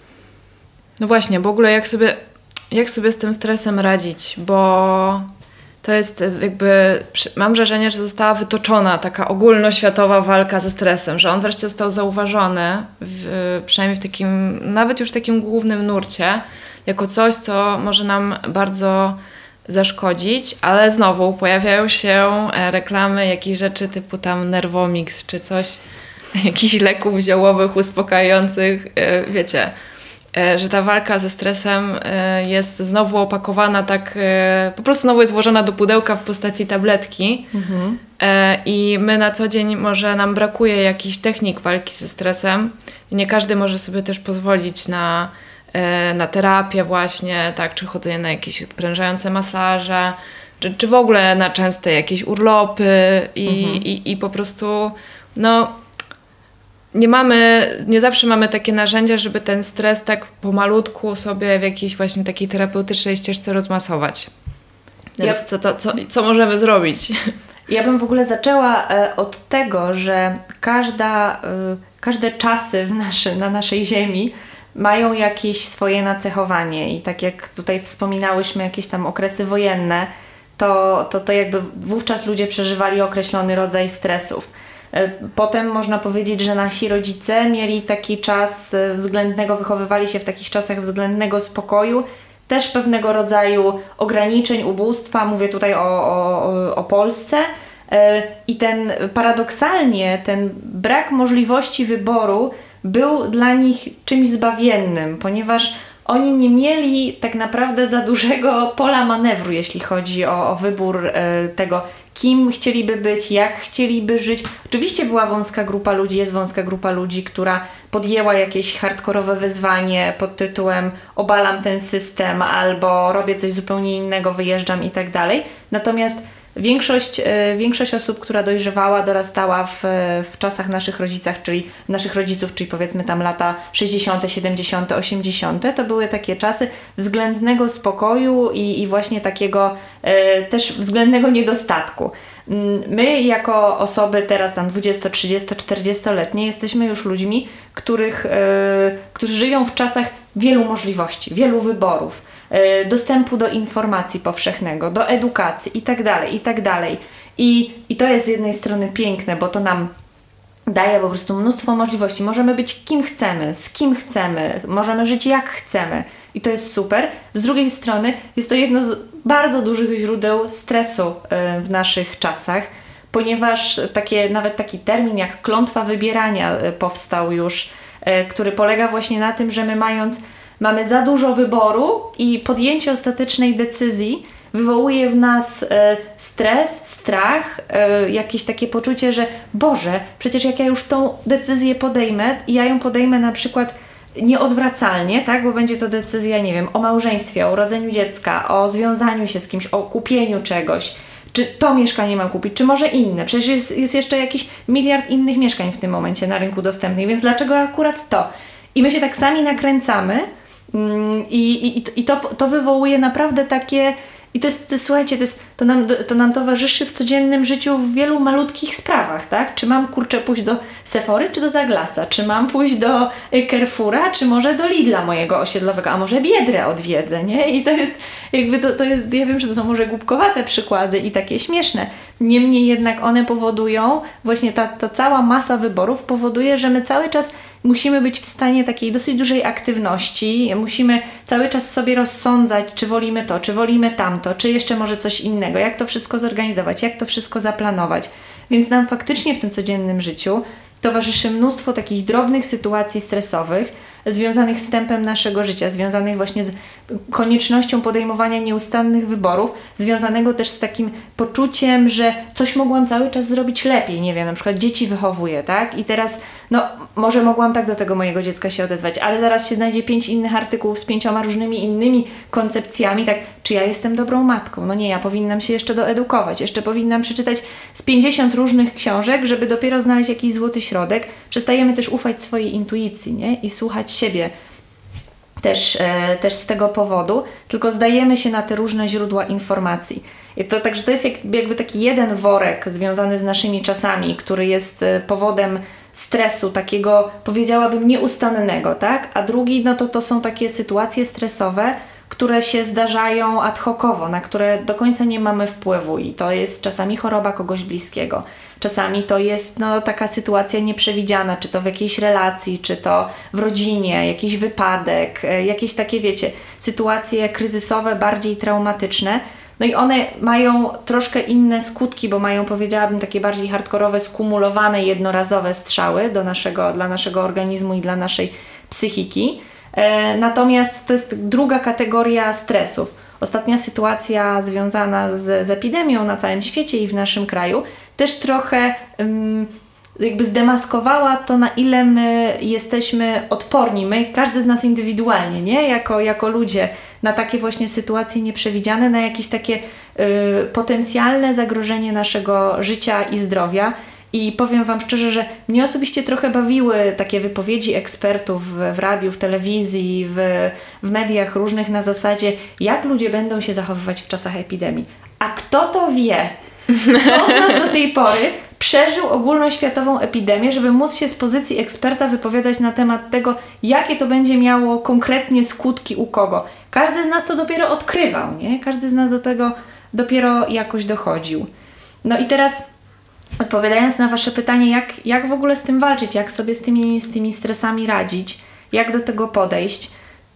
No właśnie, bo w ogóle jak sobie, jak sobie z tym stresem radzić, bo to jest jakby, mam wrażenie, że została wytoczona taka ogólnoświatowa walka ze stresem, że on wreszcie został zauważony, w, przynajmniej w takim, nawet już w takim głównym nurcie, jako coś, co może nam bardzo zaszkodzić, ale znowu pojawiają się reklamy jakichś rzeczy typu tam Nervomix czy coś, jakichś leków ziołowych uspokajających, wiecie, że ta walka ze stresem jest znowu opakowana tak, po prostu znowu jest włożona do pudełka w postaci tabletki mhm. i my na co dzień może nam brakuje jakichś technik walki ze stresem i nie każdy może sobie też pozwolić na na terapię właśnie, tak, czy chodzenie na jakieś odprężające masaże, czy, czy w ogóle na częste jakieś urlopy i, mhm. i, i po prostu no nie mamy, nie zawsze mamy takie narzędzia, żeby ten stres tak pomalutku sobie w jakiejś właśnie takiej terapeutycznej ścieżce rozmasować. Więc ja... co, to, co, co możemy zrobić? Ja bym w ogóle zaczęła od tego, że każda, każde czasy w naszy, na naszej ziemi mają jakieś swoje nacechowanie i tak jak tutaj wspominałyśmy jakieś tam okresy wojenne, to, to, to jakby wówczas ludzie przeżywali określony rodzaj stresów. Potem można powiedzieć, że nasi rodzice mieli taki czas względnego, wychowywali się w takich czasach względnego spokoju, też pewnego rodzaju ograniczeń, ubóstwa, mówię tutaj o, o, o Polsce, I ten paradoksalnie ten brak możliwości wyboru był dla nich czymś zbawiennym, ponieważ oni nie mieli tak naprawdę za dużego pola manewru, jeśli chodzi o, o wybór tego, kim chcieliby być, jak chcieliby żyć. Oczywiście była wąska grupa ludzi, jest wąska grupa ludzi, która podjęła jakieś hardkorowe wyzwanie pod tytułem obalam ten system albo robię coś zupełnie innego, wyjeżdżam i tak dalej. Natomiast Większość, większość osób, która dojrzewała, dorastała w, w czasach naszych rodzicach, czyli naszych rodziców, czyli powiedzmy tam lata sześćdziesiąte, siedemdziesiąte, osiemdziesiąte, to były takie czasy względnego spokoju i, i właśnie takiego e, też względnego niedostatku. My jako osoby teraz tam dwudziesto, trzydziesto, czterdziestoletnie jesteśmy już ludźmi, których, e, którzy żyją w czasach wielu możliwości, wielu wyborów, e, dostępu do informacji powszechnego, do edukacji i tak dalej, i tak dalej. I, i to jest z jednej strony piękne, bo to nam daje po prostu mnóstwo możliwości. Możemy być kim chcemy, z kim chcemy, możemy żyć jak chcemy i to jest super. Z drugiej strony jest to jedno z bardzo dużych źródeł stresu e, w naszych czasach, ponieważ takie, nawet taki termin jak klątwa wybierania e, powstał już, e, który polega właśnie na tym, że my mając, mamy za dużo wyboru i podjęcie ostatecznej decyzji wywołuje w nas e, stres, strach, e, jakieś takie poczucie, że Boże, przecież jak ja już tą decyzję podejmę i ja ją podejmę na przykład nieodwracalnie, tak, bo będzie to decyzja, nie wiem, o małżeństwie, o urodzeniu dziecka, o związaniu się z kimś, o kupieniu czegoś, czy to mieszkanie mam kupić, czy może inne, przecież jest, jest jeszcze jakiś miliard innych mieszkań w tym momencie na rynku dostępnych, więc dlaczego akurat to? I my się tak sami nakręcamy mm, i, i, i to, to wywołuje naprawdę takie. I to jest, to, słuchajcie, to, jest, to, nam, to nam towarzyszy w codziennym życiu w wielu malutkich sprawach, tak? Czy mam, kurczę, pójść do Sephory, czy do Douglasa? Czy mam pójść do Carrefoura, czy może do Lidla mojego osiedlowego? A może Biedrę odwiedzę, nie? I to jest jakby, to, to jest, ja wiem, że to są może głupkowate przykłady i takie śmieszne. Niemniej jednak one powodują, właśnie ta, ta cała masa wyborów powoduje, że my cały czas musimy być w stanie takiej dosyć dużej aktywności, musimy cały czas sobie rozsądzać, czy wolimy to, czy wolimy tamto, czy jeszcze może coś innego, jak to wszystko zorganizować, jak to wszystko zaplanować. Więc nam faktycznie w tym codziennym życiu towarzyszy mnóstwo takich drobnych sytuacji stresowych związanych z tempem naszego życia, związanych właśnie z koniecznością podejmowania nieustannych wyborów, związanego też z takim poczuciem, że coś mogłam cały czas zrobić lepiej, nie wiem, na przykład dzieci wychowuję, tak? I teraz, no, może mogłam tak do tego mojego dziecka się odezwać, ale zaraz się znajdzie pięć innych artykułów z pięcioma różnymi innymi koncepcjami, tak? Czy ja jestem dobrą matką? No nie, ja powinnam się jeszcze doedukować, jeszcze powinnam przeczytać z pięćdziesiąt różnych książek, żeby dopiero znaleźć jakiś złoty środek. Przestajemy też ufać swojej intuicji, nie? I słuchać siebie też, e, też z tego powodu, tylko zdajemy się na te różne źródła informacji. I to, także to jest jak, jakby taki jeden worek związany z naszymi czasami, który jest e, powodem stresu takiego, powiedziałabym, nieustannego, tak? A drugi, no to to są takie sytuacje stresowe, które się zdarzają ad hocowo, na które do końca nie mamy wpływu i to jest czasami choroba kogoś bliskiego. Czasami to jest no, taka sytuacja nieprzewidziana, czy to w jakiejś relacji, czy to w rodzinie, jakiś wypadek, jakieś takie, wiecie, sytuacje kryzysowe, bardziej traumatyczne. No i one mają troszkę inne skutki, bo mają, powiedziałabym, takie bardziej hardkorowe, skumulowane, jednorazowe strzały do naszego, dla naszego organizmu i dla naszej psychiki. E, natomiast to jest druga kategoria stresów. Ostatnia sytuacja związana z, z epidemią na całym świecie i w naszym kraju też trochę um, jakby zdemaskowała to, na ile my jesteśmy odporni, my, każdy z nas indywidualnie, nie? Jako, jako ludzie, na takie właśnie sytuacje nieprzewidziane, na jakieś takie y, potencjalne zagrożenie naszego życia i zdrowia. I powiem Wam szczerze, że mnie osobiście trochę bawiły takie wypowiedzi ekspertów w, w radiu, w telewizji, w, w mediach różnych na zasadzie, jak ludzie będą się zachowywać w czasach epidemii. A kto to wie? Kto z nas do tej pory przeżył ogólnoświatową epidemię, żeby móc się z pozycji eksperta wypowiadać na temat tego, jakie to będzie miało konkretnie skutki u kogo. Każdy z nas to dopiero odkrywał, nie? Każdy z nas do tego dopiero jakoś dochodził. No i teraz odpowiadając na Wasze pytanie, jak, jak w ogóle z tym walczyć, jak sobie z tymi, z tymi stresami radzić, jak do tego podejść,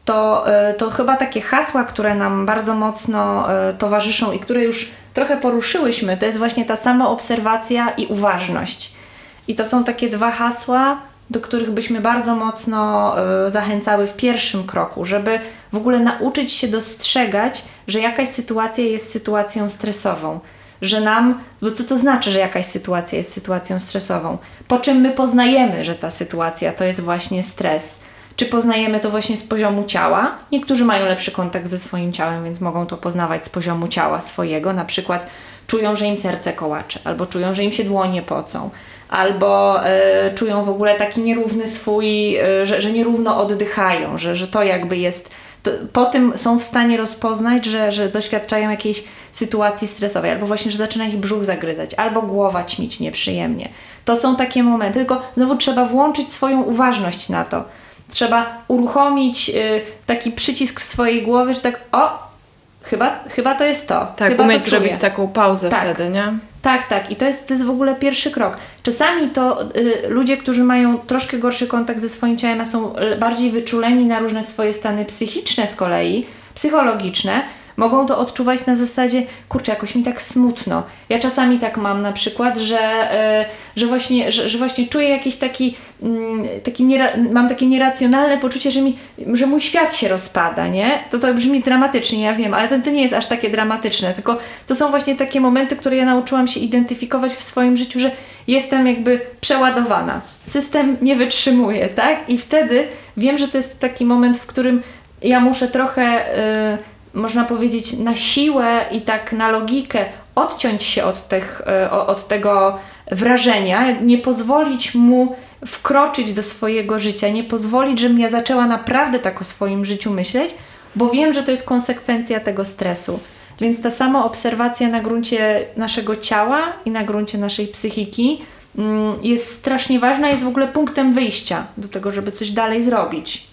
to, to chyba takie hasła, które nam bardzo mocno towarzyszą i które już trochę poruszyłyśmy, to jest właśnie ta samoobserwacja i uważność. I to są takie dwa hasła, do których byśmy bardzo mocno y, zachęcały w pierwszym kroku, żeby w ogóle nauczyć się dostrzegać, że jakaś sytuacja jest sytuacją stresową. Że nam, bo co to znaczy, że jakaś sytuacja jest sytuacją stresową? Po czym my poznajemy, że ta sytuacja to jest właśnie stres? Czy poznajemy to właśnie z poziomu ciała? Niektórzy mają lepszy kontakt ze swoim ciałem, więc mogą to poznawać z poziomu ciała swojego. Na przykład czują, że im serce kołacze, albo czują, że im się dłonie pocą, albo y, czują w ogóle taki nierówny swój, y, że, że nierówno oddychają, że, że to jakby jest... To, po tym są w stanie rozpoznać, że, że doświadczają jakiejś sytuacji stresowej, albo właśnie, że zaczyna ich brzuch zagryzać, albo głowa ćmić nieprzyjemnie. To są takie momenty, tylko znowu trzeba włączyć swoją uważność na to. Trzeba uruchomić y, taki przycisk w swojej głowie, że tak o, chyba, chyba to jest to. Tak, chyba umieć to zrobić taką pauzę tak. wtedy, nie? Tak, tak. I to jest, to jest w ogóle pierwszy krok. Czasami to y, ludzie, którzy mają troszkę gorszy kontakt ze swoim ciałem, a są bardziej wyczuleni na różne swoje stany psychiczne z kolei, psychologiczne, mogą to odczuwać na zasadzie, kurczę, jakoś mi tak smutno. Ja czasami tak mam na przykład, że, y, że, właśnie, że, że właśnie czuję jakiś taki, y, taki niera- mam takie nieracjonalne poczucie, że, mi, że mój świat się rozpada, nie? To to brzmi dramatycznie, ja wiem, ale to, to nie jest aż takie dramatyczne, tylko to są właśnie takie momenty, które ja nauczyłam się identyfikować w swoim życiu, że jestem jakby przeładowana. System nie wytrzymuje, tak? I wtedy wiem, że to jest taki moment, w którym ja muszę trochę... Y, można powiedzieć, na siłę i tak na logikę odciąć się od, tych, od tego wrażenia, nie pozwolić mu wkroczyć do swojego życia, nie pozwolić, żebym ja zaczęła naprawdę tak o swoim życiu myśleć, bo wiem, że to jest konsekwencja tego stresu. Więc ta sama obserwacja na gruncie naszego ciała i na gruncie naszej psychiki jest strasznie ważna, jest w ogóle punktem wyjścia do tego, żeby coś dalej zrobić.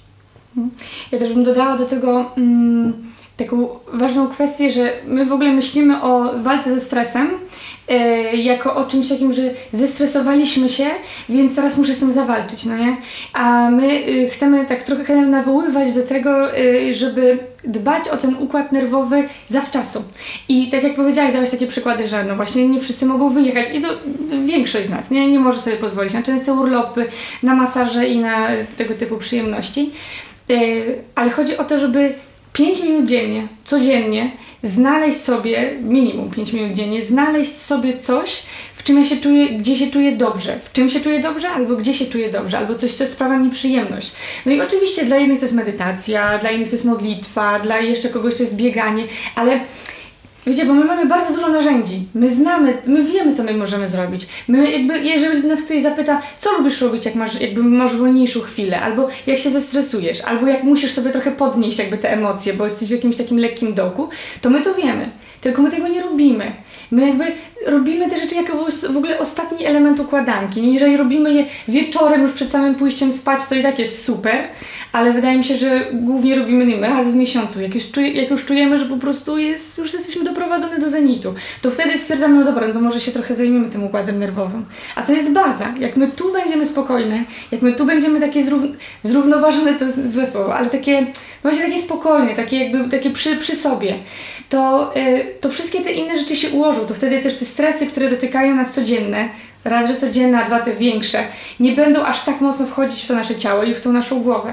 Ja też bym dodała do tego mm, taką ważną kwestię, że my w ogóle myślimy o walce ze stresem yy, jako o czymś takim, że zestresowaliśmy się, więc teraz muszę z tym zawalczyć, no nie? A my yy, chcemy tak trochę nawoływać do tego, yy, żeby dbać o ten układ nerwowy zawczasu. I tak jak powiedziałaś, dałaś takie przykłady, że no właśnie nie wszyscy mogą wyjechać i to większość z nas nie, nie może sobie pozwolić na częste urlopy, na masaże i na tego typu przyjemności. Yy, ale chodzi o to, żeby pięć minut dziennie, codziennie znaleźć sobie, minimum pięć minut dziennie, znaleźć sobie coś, w czym ja się czuję, gdzie się czuję dobrze, w czym się czuję dobrze, albo gdzie się czuję dobrze, albo coś, co sprawia mi przyjemność. No i oczywiście dla jednych to jest medytacja, dla innych to jest modlitwa, dla jeszcze kogoś to jest bieganie, ale wiecie, bo my mamy bardzo dużo narzędzi. My znamy, my wiemy, co my możemy zrobić. My jakby, jeżeli nas ktoś zapyta, co lubisz robić, jak masz, jakby masz wolniejszą chwilę, albo jak się zestresujesz, albo jak musisz sobie trochę podnieść jakby te emocje, bo jesteś w jakimś takim lekkim dołku, to my to wiemy. Tylko my tego nie robimy. My jakby robimy te rzeczy jako w ogóle ostatni element układanki. Jeżeli robimy je wieczorem, już przed samym pójściem spać, to i tak jest super, ale wydaje mi się, że głównie robimy nie raz w miesiącu. Jak już, czuj, jak już czujemy, że po prostu jest, już jesteśmy doprowadzone do zenitu, to wtedy stwierdzamy, no dobra, no to może się trochę zajmiemy tym układem nerwowym. A to jest baza. Jak my tu będziemy spokojne, jak my tu będziemy takie zrów- zrównoważone, to jest złe słowo, ale takie, no właśnie takie spokojne, takie jakby takie przy, przy sobie, to, yy, to wszystkie te inne rzeczy się ułożą. To wtedy też te stresy, które dotykają nas codzienne, raz, że codzienne, a dwa te większe, nie będą aż tak mocno wchodzić w to nasze ciało i w tą naszą głowę.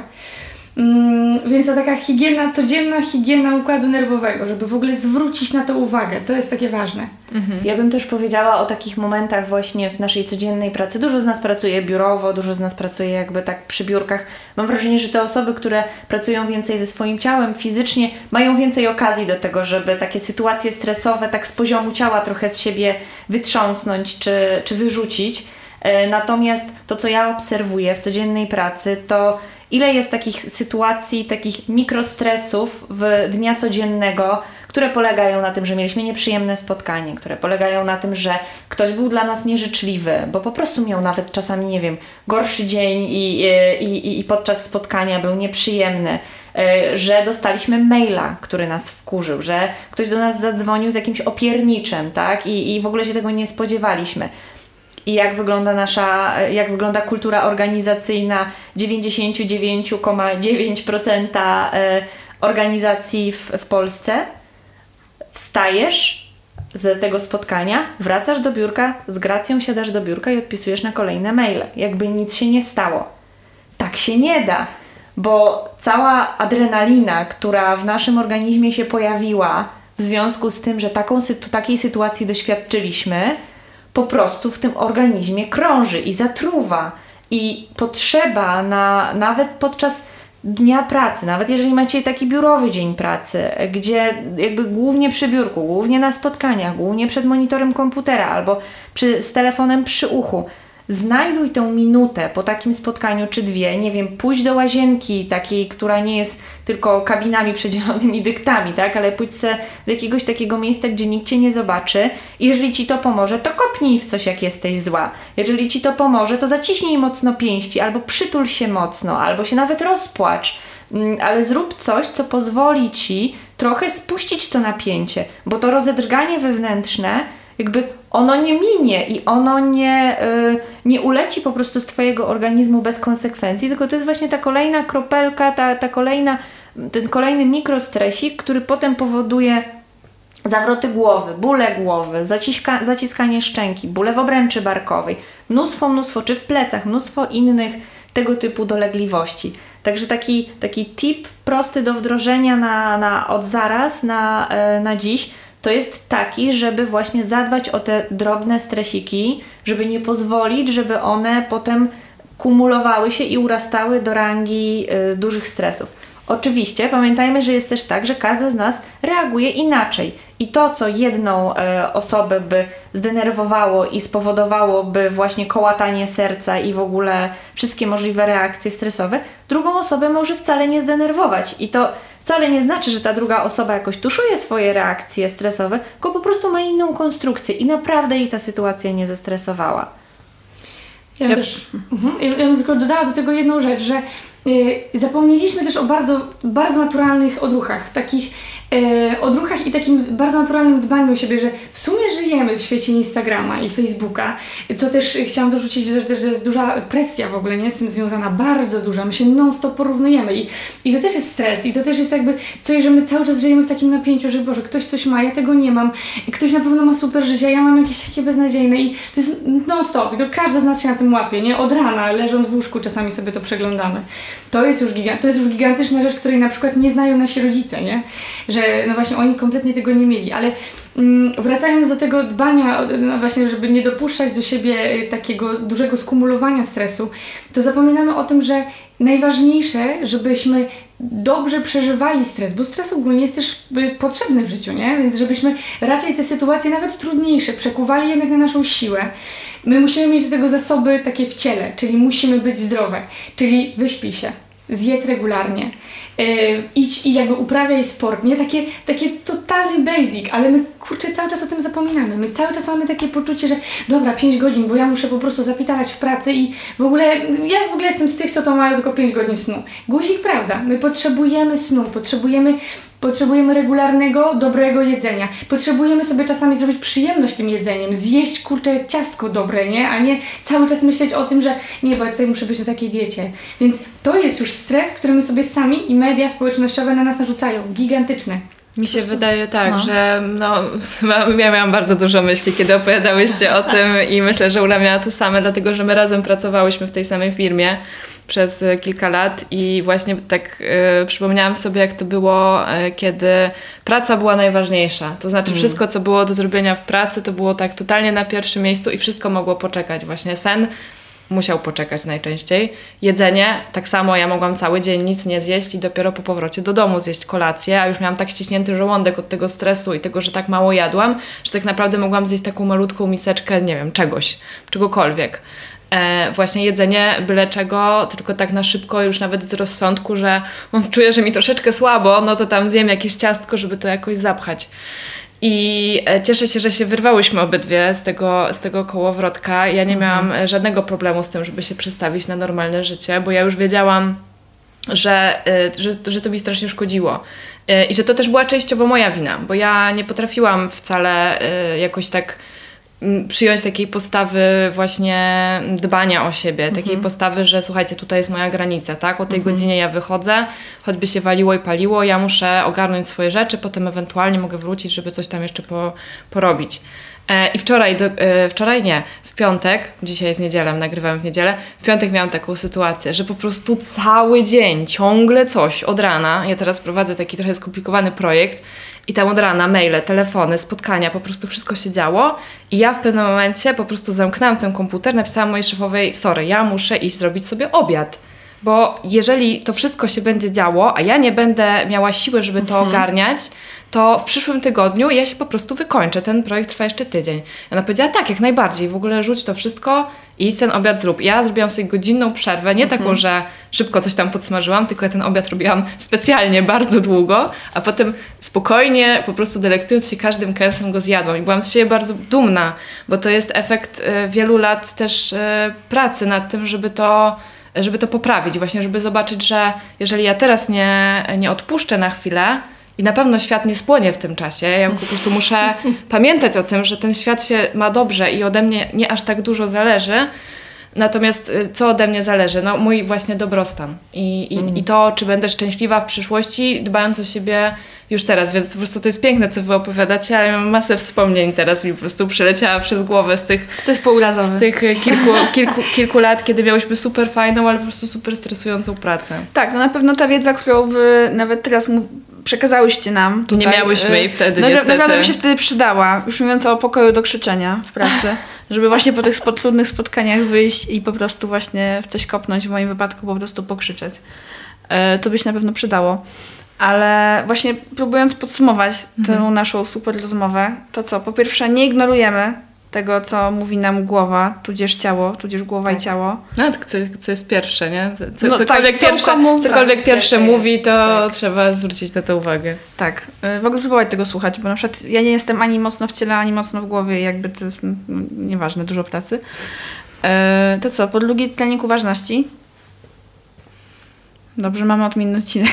Mm, więc to taka higiena, codzienna higiena układu nerwowego, żeby w ogóle zwrócić na to uwagę. To jest takie ważne. Mhm. Ja bym też powiedziała o takich momentach właśnie w naszej codziennej pracy. Dużo z nas pracuje biurowo, dużo z nas pracuje jakby tak przy biurkach. Mam wrażenie, że te osoby, które pracują więcej ze swoim ciałem fizycznie, mają więcej okazji do tego, żeby takie sytuacje stresowe tak z poziomu ciała trochę z siebie wytrząsnąć czy, czy wyrzucić. Natomiast to, co ja obserwuję w codziennej pracy, to ile jest takich sytuacji, takich mikrostresów w dnia codziennego, które polegają na tym, że mieliśmy nieprzyjemne spotkanie, które polegają na tym, że ktoś był dla nas nieżyczliwy, bo po prostu miał nawet czasami, nie wiem, gorszy dzień i, i, i, i podczas spotkania był nieprzyjemny, że dostaliśmy maila, który nas wkurzył, że ktoś do nas zadzwonił z jakimś opierniczem, tak? I, i w ogóle się tego nie spodziewaliśmy. i jak wygląda nasza, jak wygląda kultura organizacyjna dziewięćdziesiąt dziewięć przecinek dziewięć procent organizacji w, w Polsce. Wstajesz z tego spotkania, wracasz do biurka, z gracją siadasz do biurka i odpisujesz na kolejne maile, jakby nic się nie stało. Tak się nie da, bo cała adrenalina, która w naszym organizmie się pojawiła w związku z tym, że taką, takiej sytuacji doświadczyliśmy, po prostu w tym organizmie krąży i zatruwa. I potrzeba na, nawet podczas dnia pracy, nawet jeżeli macie taki biurowy dzień pracy, gdzie jakby głównie przy biurku, głównie na spotkaniach, głównie przed monitorem komputera albo przy, z telefonem przy uchu, znajduj tę minutę po takim spotkaniu czy dwie, nie wiem, pójdź do łazienki takiej, która nie jest tylko kabinami przedzielonymi dyktami, tak, ale pójdź se do jakiegoś takiego miejsca, gdzie nikt Cię nie zobaczy i jeżeli Ci to pomoże, to kopnij w coś, jak jesteś zła. Jeżeli Ci to pomoże, to zaciśnij mocno pięści, albo przytul się mocno, albo się nawet rozpłacz, ale zrób coś, co pozwoli Ci trochę spuścić to napięcie, bo to rozedrganie wewnętrzne jakby ono nie minie i ono nie, yy, nie uleci po prostu z Twojego organizmu bez konsekwencji, tylko to jest właśnie ta kolejna kropelka, ta, ta kolejna, ten kolejny mikrostresik, który potem powoduje zawroty głowy, bóle głowy, zaciska, zaciskanie szczęki, bóle w obręczy barkowej, mnóstwo, mnóstwo, czy w plecach, mnóstwo innych tego typu dolegliwości. Także taki, taki tip prosty do wdrożenia na, na od zaraz, na, yy, na dziś, to jest taki, żeby właśnie zadbać o te drobne stresiki, żeby nie pozwolić, żeby one potem kumulowały się i urastały do rangi y, dużych stresów. Oczywiście pamiętajmy, że jest też tak, że każdy z nas reaguje inaczej i to, co jedną y, osobę by zdenerwowało i spowodowałoby właśnie kołatanie serca i w ogóle wszystkie możliwe reakcje stresowe, drugą osobę może wcale nie zdenerwować i to wcale nie znaczy, że ta druga osoba jakoś tuszuje swoje reakcje stresowe, tylko po prostu ma inną konstrukcję i naprawdę jej ta sytuacja nie zestresowała. Ja, ja też, mhm, ja bym tylko dodała do tego jedną rzecz, że y, zapomnieliśmy też o bardzo, bardzo naturalnych odruchach, takich y, odruchach i takim bardzo naturalnym dbaniu o siebie, że w sumie żyjemy w świecie Instagrama i Facebooka, co też chciałam dorzucić, że też jest duża presja w ogóle, nie, z tym związana, bardzo duża, my się non-stop porównujemy i, i to też jest stres i to też jest jakby coś, że my cały czas żyjemy w takim napięciu, że Boże, ktoś coś ma, ja tego nie mam, i ktoś na pewno ma super życie, a ja mam jakieś takie beznadziejne i to jest non-stop i to każda z nas się na tym łapie, nie, od rana, leżąc w łóżku czasami sobie to przeglądamy. To jest już, giga- to jest już gigantyczna rzecz, której na przykład nie znają nasi rodzice, nie? Że no właśnie oni kompletnie tego nie mieli, ale mm, wracając do tego dbania, no właśnie, żeby nie dopuszczać do siebie takiego dużego skumulowania stresu, to zapominamy o tym, że najważniejsze, żebyśmy dobrze przeżywali stres, bo stres ogólnie jest też potrzebny w życiu, nie? Więc żebyśmy raczej te sytuacje nawet trudniejsze przekuwali jednak na naszą siłę. My musimy mieć do tego zasoby takie w ciele, czyli musimy być zdrowe, czyli wyśpij się, zjedz regularnie, yy, idź i jakby uprawiaj sport, nie? Takie, takie totalny basic, ale my kurczę cały czas o tym zapominamy. My cały czas mamy takie poczucie, że dobra, pięć godzin, bo ja muszę po prostu zapitalać w pracy i w ogóle, ja w ogóle jestem z tych, co to mają tylko pięć godzin snu. Guzik, prawda, my potrzebujemy snu, potrzebujemy Potrzebujemy regularnego, dobrego jedzenia. Potrzebujemy sobie czasami zrobić przyjemność tym jedzeniem, zjeść, kurczę, ciastko dobre, nie? A nie cały czas myśleć o tym, że nie, bo ja tutaj muszę być na takiej diecie. Więc to jest już stres, który my sobie sami i media społecznościowe na nas narzucają. Gigantyczne. Mi się wydaje tak, no. że no, ja miałam bardzo dużo myśli, kiedy opowiadałyście o tym i myślę, że Ula miała to same, dlatego że my razem pracowałyśmy w tej samej firmie przez kilka lat i właśnie tak y, przypomniałam sobie, jak to było, y, kiedy praca była najważniejsza. To znaczy mm. wszystko, co było do zrobienia w pracy, to było tak totalnie na pierwszym miejscu i wszystko mogło poczekać. Właśnie sen musiał poczekać najczęściej. Jedzenie, tak samo ja mogłam cały dzień nic nie zjeść i dopiero po powrocie do domu zjeść kolację, a już miałam tak ściśnięty żołądek od tego stresu i tego, że tak mało jadłam, że tak naprawdę mogłam zjeść taką malutką miseczkę, nie wiem, czegoś, czegokolwiek. E, właśnie jedzenie byle czego, tylko tak na szybko, już nawet z rozsądku, że on czuję, że mi troszeczkę słabo, no to tam zjem jakieś ciastko, żeby to jakoś zapchać. I cieszę się, że się wyrwałyśmy obydwie z tego, z tego kołowrotka. Ja nie miałam mhm. żadnego problemu z tym, żeby się przestawić na normalne życie, bo ja już wiedziałam, że, że, że to mi strasznie szkodziło. I że to też była częściowo moja wina, bo ja nie potrafiłam wcale jakoś tak przyjąć takiej postawy właśnie dbania o siebie, takiej mhm. postawy, że słuchajcie, tutaj jest moja granica, tak? O tej mhm. godzinie ja wychodzę, choćby się waliło i paliło, ja muszę ogarnąć swoje rzeczy, potem ewentualnie mogę wrócić, żeby coś tam jeszcze po, porobić. E, I wczoraj, do, e, wczoraj nie, w piątek, dzisiaj jest niedziela, nagrywam w niedzielę, w piątek miałam taką sytuację, że po prostu cały dzień, ciągle coś od rana, ja teraz prowadzę taki trochę skomplikowany projekt i tam od rana maile, telefony, spotkania, po prostu wszystko się działo i ja w pewnym momencie po prostu zamknęłam ten komputer, napisałam mojej szefowej, sorry, ja muszę iść zrobić sobie obiad. Bo jeżeli to wszystko się będzie działo, a ja nie będę miała siły, żeby to mhm. ogarniać, to w przyszłym tygodniu ja się po prostu wykończę. Ten projekt trwa jeszcze tydzień. I ona powiedziała, tak, jak najbardziej. W ogóle rzuć to wszystko i ten obiad zrób. Ja zrobiłam sobie godzinną przerwę, nie mhm. taką, że szybko coś tam podsmażyłam, tylko ja ten obiad robiłam specjalnie bardzo długo, a potem spokojnie, po prostu delektując się każdym kęsem go zjadłam. I byłam z siebie bardzo dumna, bo to jest efekt y, wielu lat też y, pracy nad tym, żeby to żeby to poprawić, właśnie żeby zobaczyć, że jeżeli ja teraz nie, nie odpuszczę na chwilę i na pewno świat nie spłonie w tym czasie, ja po prostu muszę pamiętać o tym, że ten świat się ma dobrze i ode mnie nie aż tak dużo zależy, natomiast co ode mnie zależy? No mój właśnie dobrostan i, i, mm. i to, czy będę szczęśliwa w przyszłości, dbając o siebie już teraz, więc po prostu to jest piękne, co wy opowiadacie, ale mam masę wspomnień teraz mi po prostu przeleciała przez głowę z tych, to jest pourazowy. z tych kilku, kilku, kilku lat, kiedy miałyśmy super fajną, ale po prostu super stresującą pracę. Tak, no na pewno ta wiedza, którą wy nawet teraz mów- przekazałyście nam tutaj. Nie miałyśmy jej wtedy, no, niestety. Naprawdę mi się wtedy przydała, już mówiąc o pokoju do krzyczenia w pracy, żeby właśnie po tych trudnych spotkaniach wyjść i po prostu właśnie w coś kopnąć, w moim wypadku po prostu pokrzyczeć. To by się na pewno przydało. Ale właśnie próbując podsumować mhm. tę naszą super rozmowę, to co? Po pierwsze, nie ignorujemy tego, co mówi nam głowa, tudzież ciało, tudzież głowa tak. i ciało. No, co, co jest pierwsze, nie? Co, no, cokolwiek tak, pierwsze, komu, cokolwiek tak, pierwsze mówi, to tak. trzeba zwrócić na to uwagę. Tak. W ogóle próbować tego słuchać, bo na przykład ja nie jestem ani mocno w ciele, ani mocno w głowie, jakby to jest no, nieważne, dużo pracy. To co? Po drugie, trening uważności. Dobrze, mamy odmienny odcinek.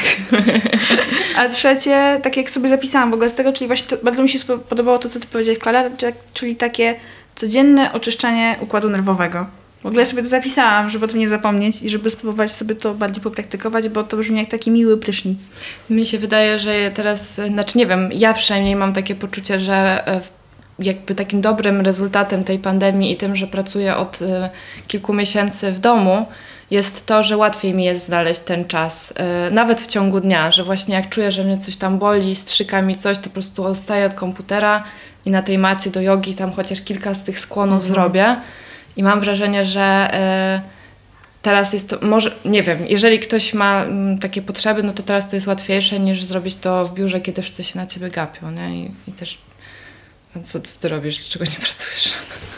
A trzecie, tak jak sobie zapisałam w ogóle z tego, czyli właśnie to, bardzo mi się podobało to, co ty powiedziałeś, Klara, czyli takie codzienne oczyszczanie układu nerwowego. W ogóle sobie to zapisałam, żeby o tym nie zapomnieć i żeby spróbować sobie to bardziej popraktykować, bo to brzmi jak taki miły prysznic. Mi się wydaje, że teraz, znaczy nie wiem, ja przynajmniej mam takie poczucie, że jakby takim dobrym rezultatem tej pandemii i tym, że pracuję od kilku miesięcy w domu, jest to, że łatwiej mi jest znaleźć ten czas, yy, nawet w ciągu dnia, że właśnie jak czuję, że mnie coś tam boli, strzyka mi coś, to po prostu odstaję od komputera i na tej macie do jogi tam chociaż kilka z tych skłonów mhm. zrobię i mam wrażenie, że yy, teraz jest to, może, nie wiem, jeżeli ktoś ma mm, takie potrzeby, no to teraz to jest łatwiejsze niż zrobić to w biurze, kiedy wszyscy się na ciebie gapią, nie? I, i też co, co ty robisz, z czego nie pracujesz?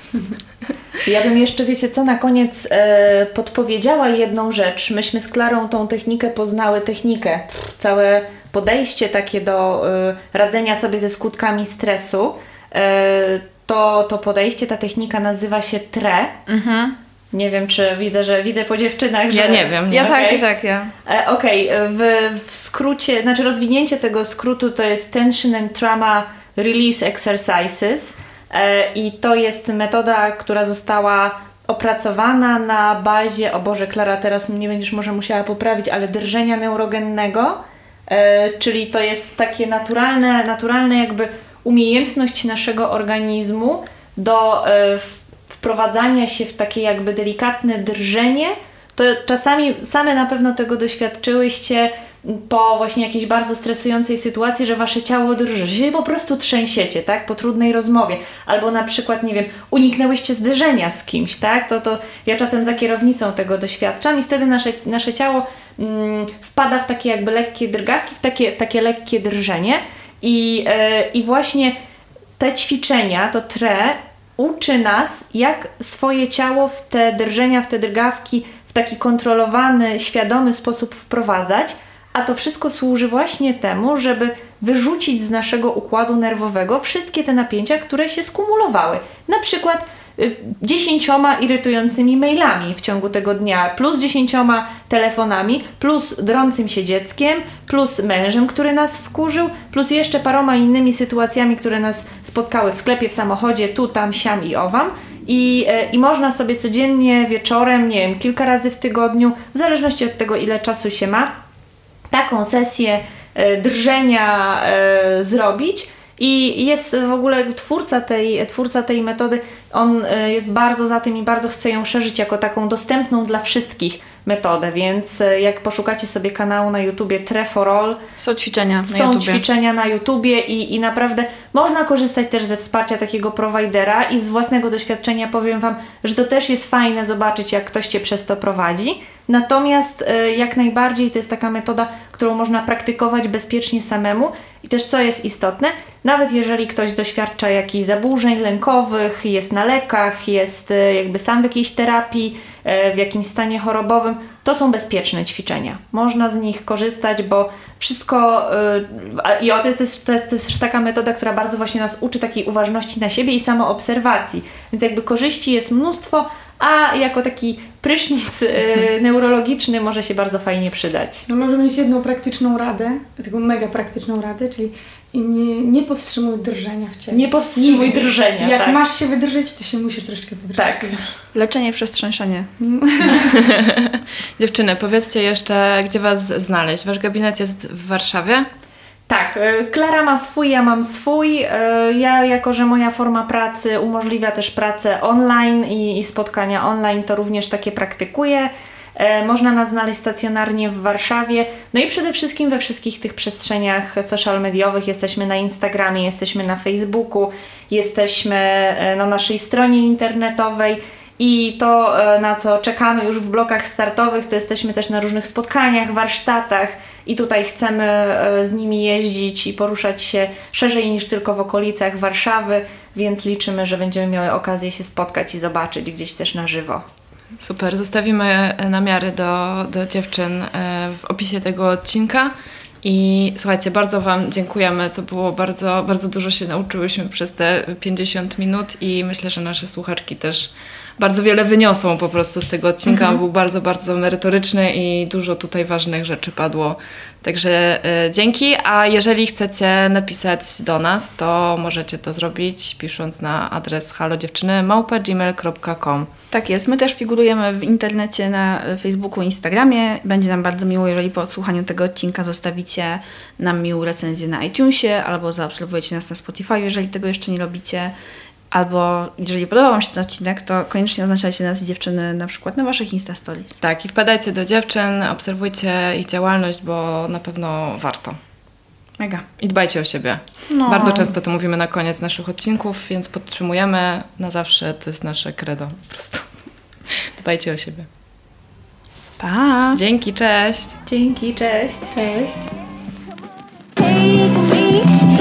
Ja bym jeszcze, wiecie co, na koniec e, podpowiedziała jedną rzecz. Myśmy z Klarą tą technikę poznały, technikę, pff, całe podejście takie do e, radzenia sobie ze skutkami stresu. E, to, to podejście, ta technika nazywa się T R E. Mhm. Nie wiem, czy widzę, że widzę po dziewczynach, że... Ja nie wiem. Nie? Ja okay. tak, i tak, ja. E, Okej, okay. w, w skrócie, znaczy rozwinięcie tego skrótu to jest Tension and Trauma Release Exercises. I to jest metoda, która została opracowana na bazie, o Boże, Klara, teraz mnie będziesz może musiała poprawić, ale drżenia neurogennego, czyli to jest takie naturalne, naturalne jakby umiejętność naszego organizmu do wprowadzania się w takie jakby delikatne drżenie. To czasami same na pewno tego doświadczyłyście po właśnie jakiejś bardzo stresującej sytuacji, że wasze ciało drży, że się po prostu trzęsiecie, tak, po trudnej rozmowie, albo na przykład, nie wiem, uniknęłyście zderzenia z kimś, tak, to, to ja czasem za kierownicą tego doświadczam i wtedy nasze, nasze ciało mm, wpada w takie jakby lekkie drgawki, w takie, w takie lekkie drżenie i, yy, i właśnie te ćwiczenia, to T R E uczy nas, jak swoje ciało w te drżenia, w te drgawki w taki kontrolowany, świadomy sposób wprowadzać, a to wszystko służy właśnie temu, żeby wyrzucić z naszego układu nerwowego wszystkie te napięcia, które się skumulowały. Na przykład dziesięcioma irytującymi mailami w ciągu tego dnia, plus dziesięcioma telefonami, plus drącym się dzieckiem, plus mężem, który nas wkurzył, plus jeszcze paroma innymi sytuacjami, które nas spotkały w sklepie, w samochodzie, tu, tam, siam i owam. I, I można sobie codziennie wieczorem, nie wiem, kilka razy w tygodniu, w zależności od tego, ile czasu się ma, taką sesję e, drżenia e, zrobić. I jest w ogóle twórca tej, twórca tej metody, on e, jest bardzo za tym i bardzo chce ją szerzyć jako taką dostępną dla wszystkich metodę, więc e, jak poszukacie sobie kanału na YouTubie Tre for All, są ćwiczenia na są YouTubie. ćwiczenia na YouTubie i, i naprawdę można korzystać też ze wsparcia takiego prowajdera i z własnego doświadczenia powiem Wam, że to też jest fajne zobaczyć, jak ktoś Cię przez to prowadzi. Natomiast e, jak najbardziej to jest taka metoda, którą można praktykować bezpiecznie samemu i też co jest istotne, nawet jeżeli ktoś doświadcza jakichś zaburzeń lękowych, jest na lekach, jest e, jakby sam w jakiejś terapii, e, w jakimś stanie chorobowym, to są bezpieczne ćwiczenia. Można z nich korzystać, bo wszystko yy, i o, to, jest, to jest też taka metoda, która bardzo właśnie nas uczy takiej uważności na siebie i samoobserwacji. Więc jakby korzyści jest mnóstwo, a jako taki prysznic yy, neurologiczny może się bardzo fajnie przydać. No może mieć jedną praktyczną radę, taką mega praktyczną radę, czyli nie, nie powstrzymuj drżenia w ciele. Nie powstrzymuj Nigdy. drżenia, Jak tak. masz się wydrżeć, to się musisz troszeczkę wydrżeć. Tak. Leczenie przez trzęsienie. Dziewczyny, powiedzcie jeszcze, gdzie Was znaleźć. Wasz gabinet jest w Warszawie? Tak, Klara ma swój, ja mam swój. Ja, jako że moja forma pracy umożliwia też pracę online i, i spotkania online, to również takie praktykuję. Można nas znaleźć stacjonarnie w Warszawie. No i przede wszystkim we wszystkich tych przestrzeniach social mediowych. Jesteśmy na Instagramie, jesteśmy na Facebooku, jesteśmy na naszej stronie internetowej. I to, na co czekamy już w blokach startowych, to jesteśmy też na różnych spotkaniach, warsztatach i tutaj chcemy z nimi jeździć i poruszać się szerzej niż tylko w okolicach Warszawy, więc liczymy, że będziemy miały okazję się spotkać i zobaczyć gdzieś też na żywo. Super, zostawimy namiary do, do dziewczyn w opisie tego odcinka. I słuchajcie, bardzo Wam dziękujemy. To było bardzo, bardzo dużo się nauczyłyśmy przez te pięćdziesiąt minut i myślę, że nasze słuchaczki też bardzo wiele wyniosą po prostu z tego odcinka. Mhm. Był bardzo, bardzo merytoryczny i dużo tutaj ważnych rzeczy padło. Także y, dzięki, a jeżeli chcecie napisać do nas, to możecie to zrobić pisząc na adres halodziewczyny małpa gmail kropka com. Tak jest, my też figurujemy w internecie na Facebooku, Instagramie. Będzie nam bardzo miło, jeżeli po odsłuchaniu tego odcinka zostawicie nam miłą recenzję na iTunesie albo zaobserwujecie nas na Spotify, jeżeli tego jeszcze nie robicie. Albo jeżeli podobał Wam się ten odcinek, to koniecznie oznaczajcie nas dziewczyny na przykład na Waszych Insta Stories. Tak, i wpadajcie do dziewczyn, obserwujcie ich działalność, bo na pewno warto. Mega. I dbajcie o siebie. No. Bardzo często to mówimy na koniec naszych odcinków, więc podtrzymujemy na zawsze, to jest nasze credo po prostu. Dbajcie o siebie. Pa! Dzięki, cześć! Dzięki, cześć! Cześć! Take me